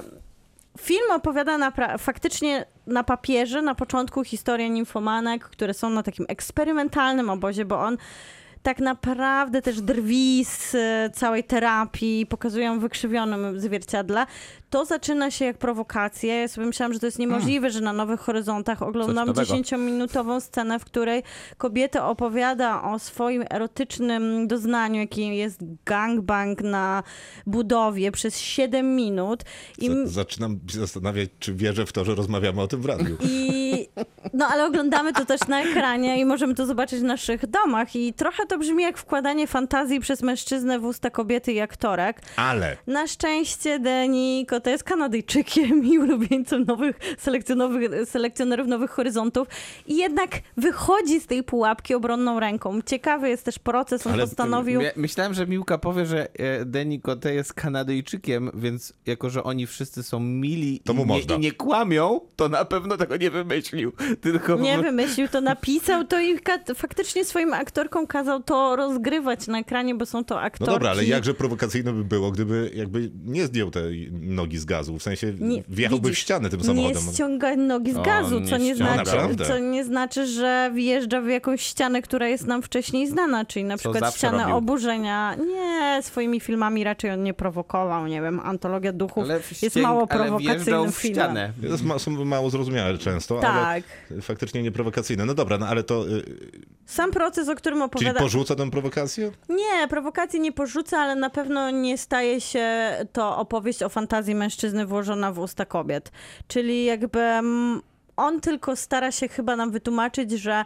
Film opowiada na pra- faktycznie na papierze, na początku historię nimfomanek, które są na takim eksperymentalnym obozie, bo on tak naprawdę też drwi z e, całej terapii, pokazują w wykrzywionym zwierciadle. To zaczyna się jak prowokacja. Ja sobie myślałam, że to jest niemożliwe, że na Nowych Horyzontach oglądam nowego. dziesięciominutową scenę, w której kobieta opowiada o swoim erotycznym doznaniu, jakim jest gangbang na budowie przez siedem minut. I, Z- Zaczynam się zastanawiać, czy wierzę w to, że rozmawiamy o tym w radiu. i, no ale oglądamy to też na ekranie i możemy to zobaczyć w naszych domach. I trochę to brzmi jak wkładanie fantazji przez mężczyznę w usta kobiety i aktorek. Ale Na szczęście Denis Coté jest Kanadyjczykiem i ulubieńcem nowych selekcjonowych, selekcjonerów Nowych Horyzontów i jednak wychodzi z tej pułapki obronną ręką. Ciekawy jest też proces, on Ale- postanowił... Mia- Myślałem, że Miłka powie, że e, Denis Coté jest Kanadyjczykiem, więc jako, że oni wszyscy są mili To mu i, nie, można. i nie kłamią, to na pewno tego nie wymyślił. Tylko Nie wymyślił, to napisał to i ka- faktycznie swoim aktorkom kazał to rozgrywać na ekranie, bo są to no aktorki. dobra, ale jakże prowokacyjne by było, gdyby jakby nie zdjął tej nogi z gazu, w sensie Nie, wjechałby widzisz, w ścianę tym samochodem. Nie ściąga nogi z O, gazu, nie co nie, ściąga. znaczy, Naprawdę? co nie znaczy, że wjeżdża w jakąś ścianę, która jest nam wcześniej znana, czyli na Co przykład zawsze ścianę robił. oburzenia. Nie, swoimi filmami raczej on nie prowokował, nie wiem, Antologia Duchów Ale jest wścięg- mało ale wjeżdżał prowokacyjnym w filmem. ścianę. To jest ma, są mało zrozumiałe często, Tak. ale faktycznie nieprowokacyjne. No dobra, no ale to... y, Sam proces, o którym Czyli opowiada... porzuca tę prowokację? Nie, prowokacji nie porzuca, ale na pewno nie staje się to opowieść o fantazji mężczyzny włożona w usta kobiet. Czyli jakby mm, on tylko stara się chyba nam wytłumaczyć, że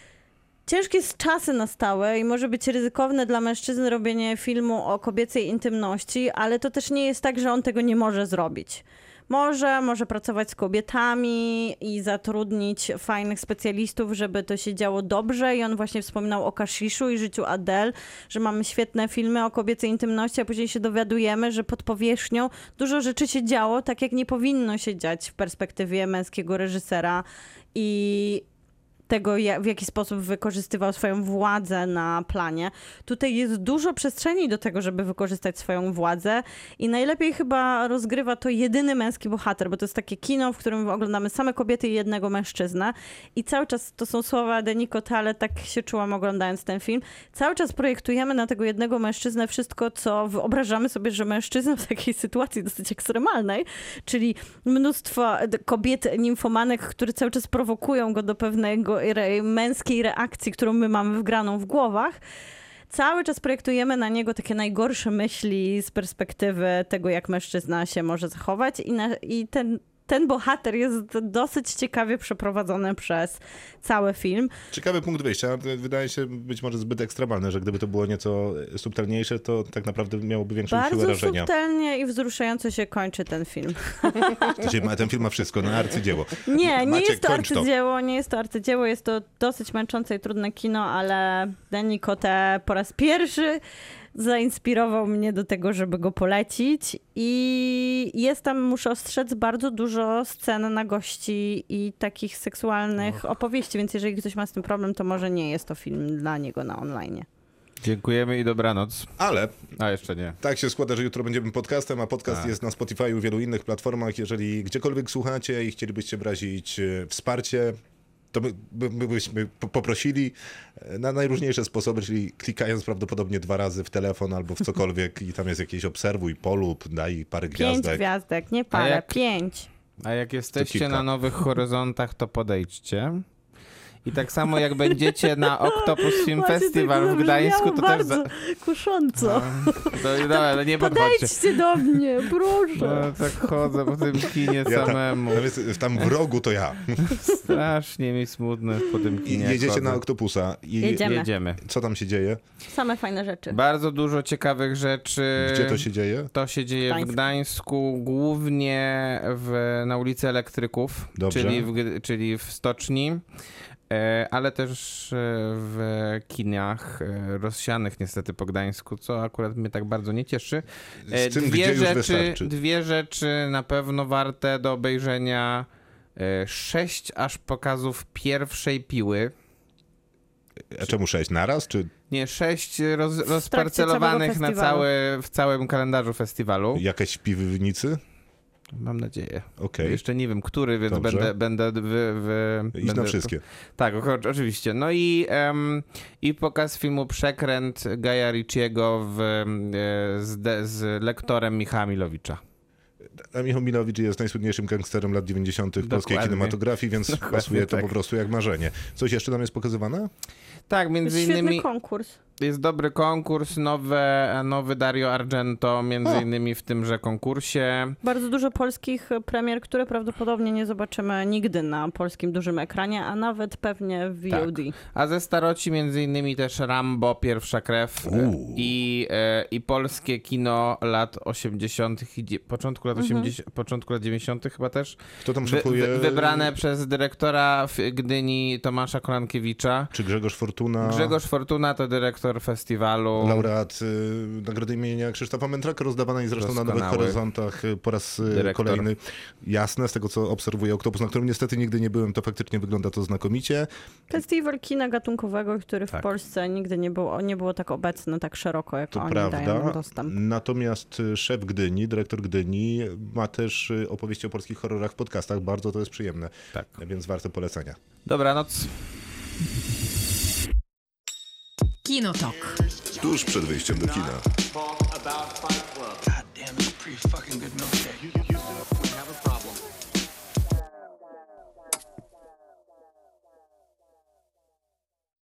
ciężkie czasy nastały i może być ryzykowne dla mężczyzn robienie filmu o kobiecej intymności, ale to też nie jest tak, że on tego nie może zrobić. Może, może pracować z kobietami i zatrudnić fajnych specjalistów, żeby to się działo dobrze. I on właśnie wspominał o Kashiszu i życiu Adele, że mamy świetne filmy o kobiecej intymności, a później się dowiadujemy, że pod powierzchnią dużo rzeczy się działo, tak jak nie powinno się dziać w perspektywie męskiego reżysera i tego, w jaki sposób wykorzystywał swoją władzę na planie. Tutaj jest dużo przestrzeni do tego, żeby wykorzystać swoją władzę i najlepiej chyba rozgrywa to jedyny męski bohater, bo to jest takie kino, w którym oglądamy same kobiety i jednego mężczyznę i cały czas, to są słowa Denis Coté, ale tak się czułam oglądając ten film, cały czas projektujemy na tego jednego mężczyznę wszystko, co wyobrażamy sobie, że mężczyzna w takiej sytuacji dosyć ekstremalnej, czyli mnóstwo kobiet nimfomanek, które cały czas prowokują go do pewnego Re- męskiej reakcji, którą my mamy wgraną w głowach, cały czas projektujemy na niego takie najgorsze myśli z perspektywy tego, jak mężczyzna się może zachować i, na, i ten, ten bohater jest dosyć ciekawie przeprowadzony przez cały film. Ciekawy punkt wyjścia. Wydaje się być może zbyt ekstremalne, że gdyby to było nieco subtelniejsze, to tak naprawdę miałoby większą siłę Bardzo rażenia. subtelnie i wzruszająco się kończy ten film. To się ma, ten film ma wszystko, na arcydzieło. Nie, nie Maciek, jest to kończ to. arcydzieło, nie jest to arcydzieło, jest to dosyć męczące i trudne kino, ale Denis Coté po raz pierwszy zainspirował mnie do tego, żeby go polecić i jest tam, muszę ostrzec, bardzo dużo scen nagości i takich seksualnych opowieści, więc jeżeli ktoś ma z tym problem, to może nie jest to film dla niego na online. Dziękujemy i dobranoc. Ale A jeszcze nie. tak się składa, że jutro będziemy podcastem, a podcast Tak. jest na Spotify i wielu innych platformach. Jeżeli gdziekolwiek słuchacie i chcielibyście wyrazić e, wsparcie, to my, my, my byśmy po- poprosili e, na najróżniejsze sposoby, czyli klikając prawdopodobnie dwa razy w telefon albo w cokolwiek i tam jest jakieś obserwuj, polub, daj parę Pięć gwiazdek. gwiazdek, nie A parę, jak- pięć. A jak jesteście kilka. na Nowych Horyzontach, to podejdźcie. I tak samo jak będziecie na Octopus Film Właśnie Festival tak w Gdańsku, to też... bardzo Za... kusząco. No, dobra, ale nie podchodźcie. Podejdźcie do mnie, proszę. No, tak chodzę po tym kinie Ja tam, samemu. tam, jest, tam w rogu to ja. Strasznie mi smutno po tym I kinie. jedziecie chodzę. na Octopusa i Jedziemy. Jedziemy. co tam się dzieje? Same fajne rzeczy. Bardzo dużo ciekawych rzeczy. Gdzie to się dzieje? To się dzieje Gdańsk. w Gdańsku, głównie w, na ulicy Elektryków, Dobrze. czyli w, Gd- czyli w stoczni, e, ale też e, w kinach e, rozsianych niestety po Gdańsku, co akurat mnie tak bardzo nie cieszy. E, Z tym, dwie, gdzie już rzeczy, wystarczy. dwie rzeczy na pewno warte do obejrzenia. E, Sześć aż pokazów pierwszej piły. A czemu sześć naraz? Czy Nie, sześć roz, całego rozparcelowanych na festiwalu. cały, w całym kalendarzu festiwalu. jakaś piwnicy? Mam nadzieję. Okej. Jeszcze nie wiem, który, więc Dobrze. będę, będę wy, wy, Idź będę... na wszystkie. Tak, o- oczywiście. No i, em, i pokaz filmu Przekręt Gaja Ricciego w, e, z, de, z lektorem Michała Milowicza. A Michał Milowicz jest najsłynniejszym gangsterem lat dziewięćdziesiątych polskiej Dokładnie. kinematografii, więc Dokładnie pasuje to tak. po prostu jak marzenie. Coś jeszcze tam jest pokazywane? Tak, między Jest świetny innymi konkurs. jest dobry konkurs, nowe, nowy Dario Argento, między O. innymi w tymże konkursie. Bardzo dużo polskich premier, które prawdopodobnie nie zobaczymy nigdy na polskim dużym ekranie, a nawet pewnie w V O D. A ze staroci między innymi też Rambo, Pierwsza krew e, Uuu. i, e, i polskie kino lat osiemdziesiątych i dzie- początku lat osiemdziesiątych, początku lat dziewięćdziesiątych chyba też. Kto tam Wy, szefuje? wy, wybrane przez dyrektora w Gdyni Tomasza Kolankiewicza. Czy Grzegorz Fortuna? Grzegorz Fortuna to dyrektor festiwalu. Laureat y, Nagrody imienia Krzysztofa Mędraka, rozdawanej zresztą na Nowych Doskonały. Horyzontach y, po raz y, Dyrektor. kolejny. Jasne, z tego co obserwuję Oktopus, na którym niestety nigdy nie byłem, to faktycznie wygląda to znakomicie. Festiwal kina gatunkowego, który w Tak. Polsce nigdy nie było, nie było tak obecny, tak szeroko, jak To oni dają prawda. nam dostęp. Natomiast y, szef Gdyni, dyrektor Gdyni ma też y, opowieści o polskich horrorach w podcastach. Bardzo to jest przyjemne, Tak. więc warte polecenia. Dobranoc. Kinotok. Tuż przed wyjściem do kina. Talk about Fight Club. God damn, it's a pretty fucking good milkshake.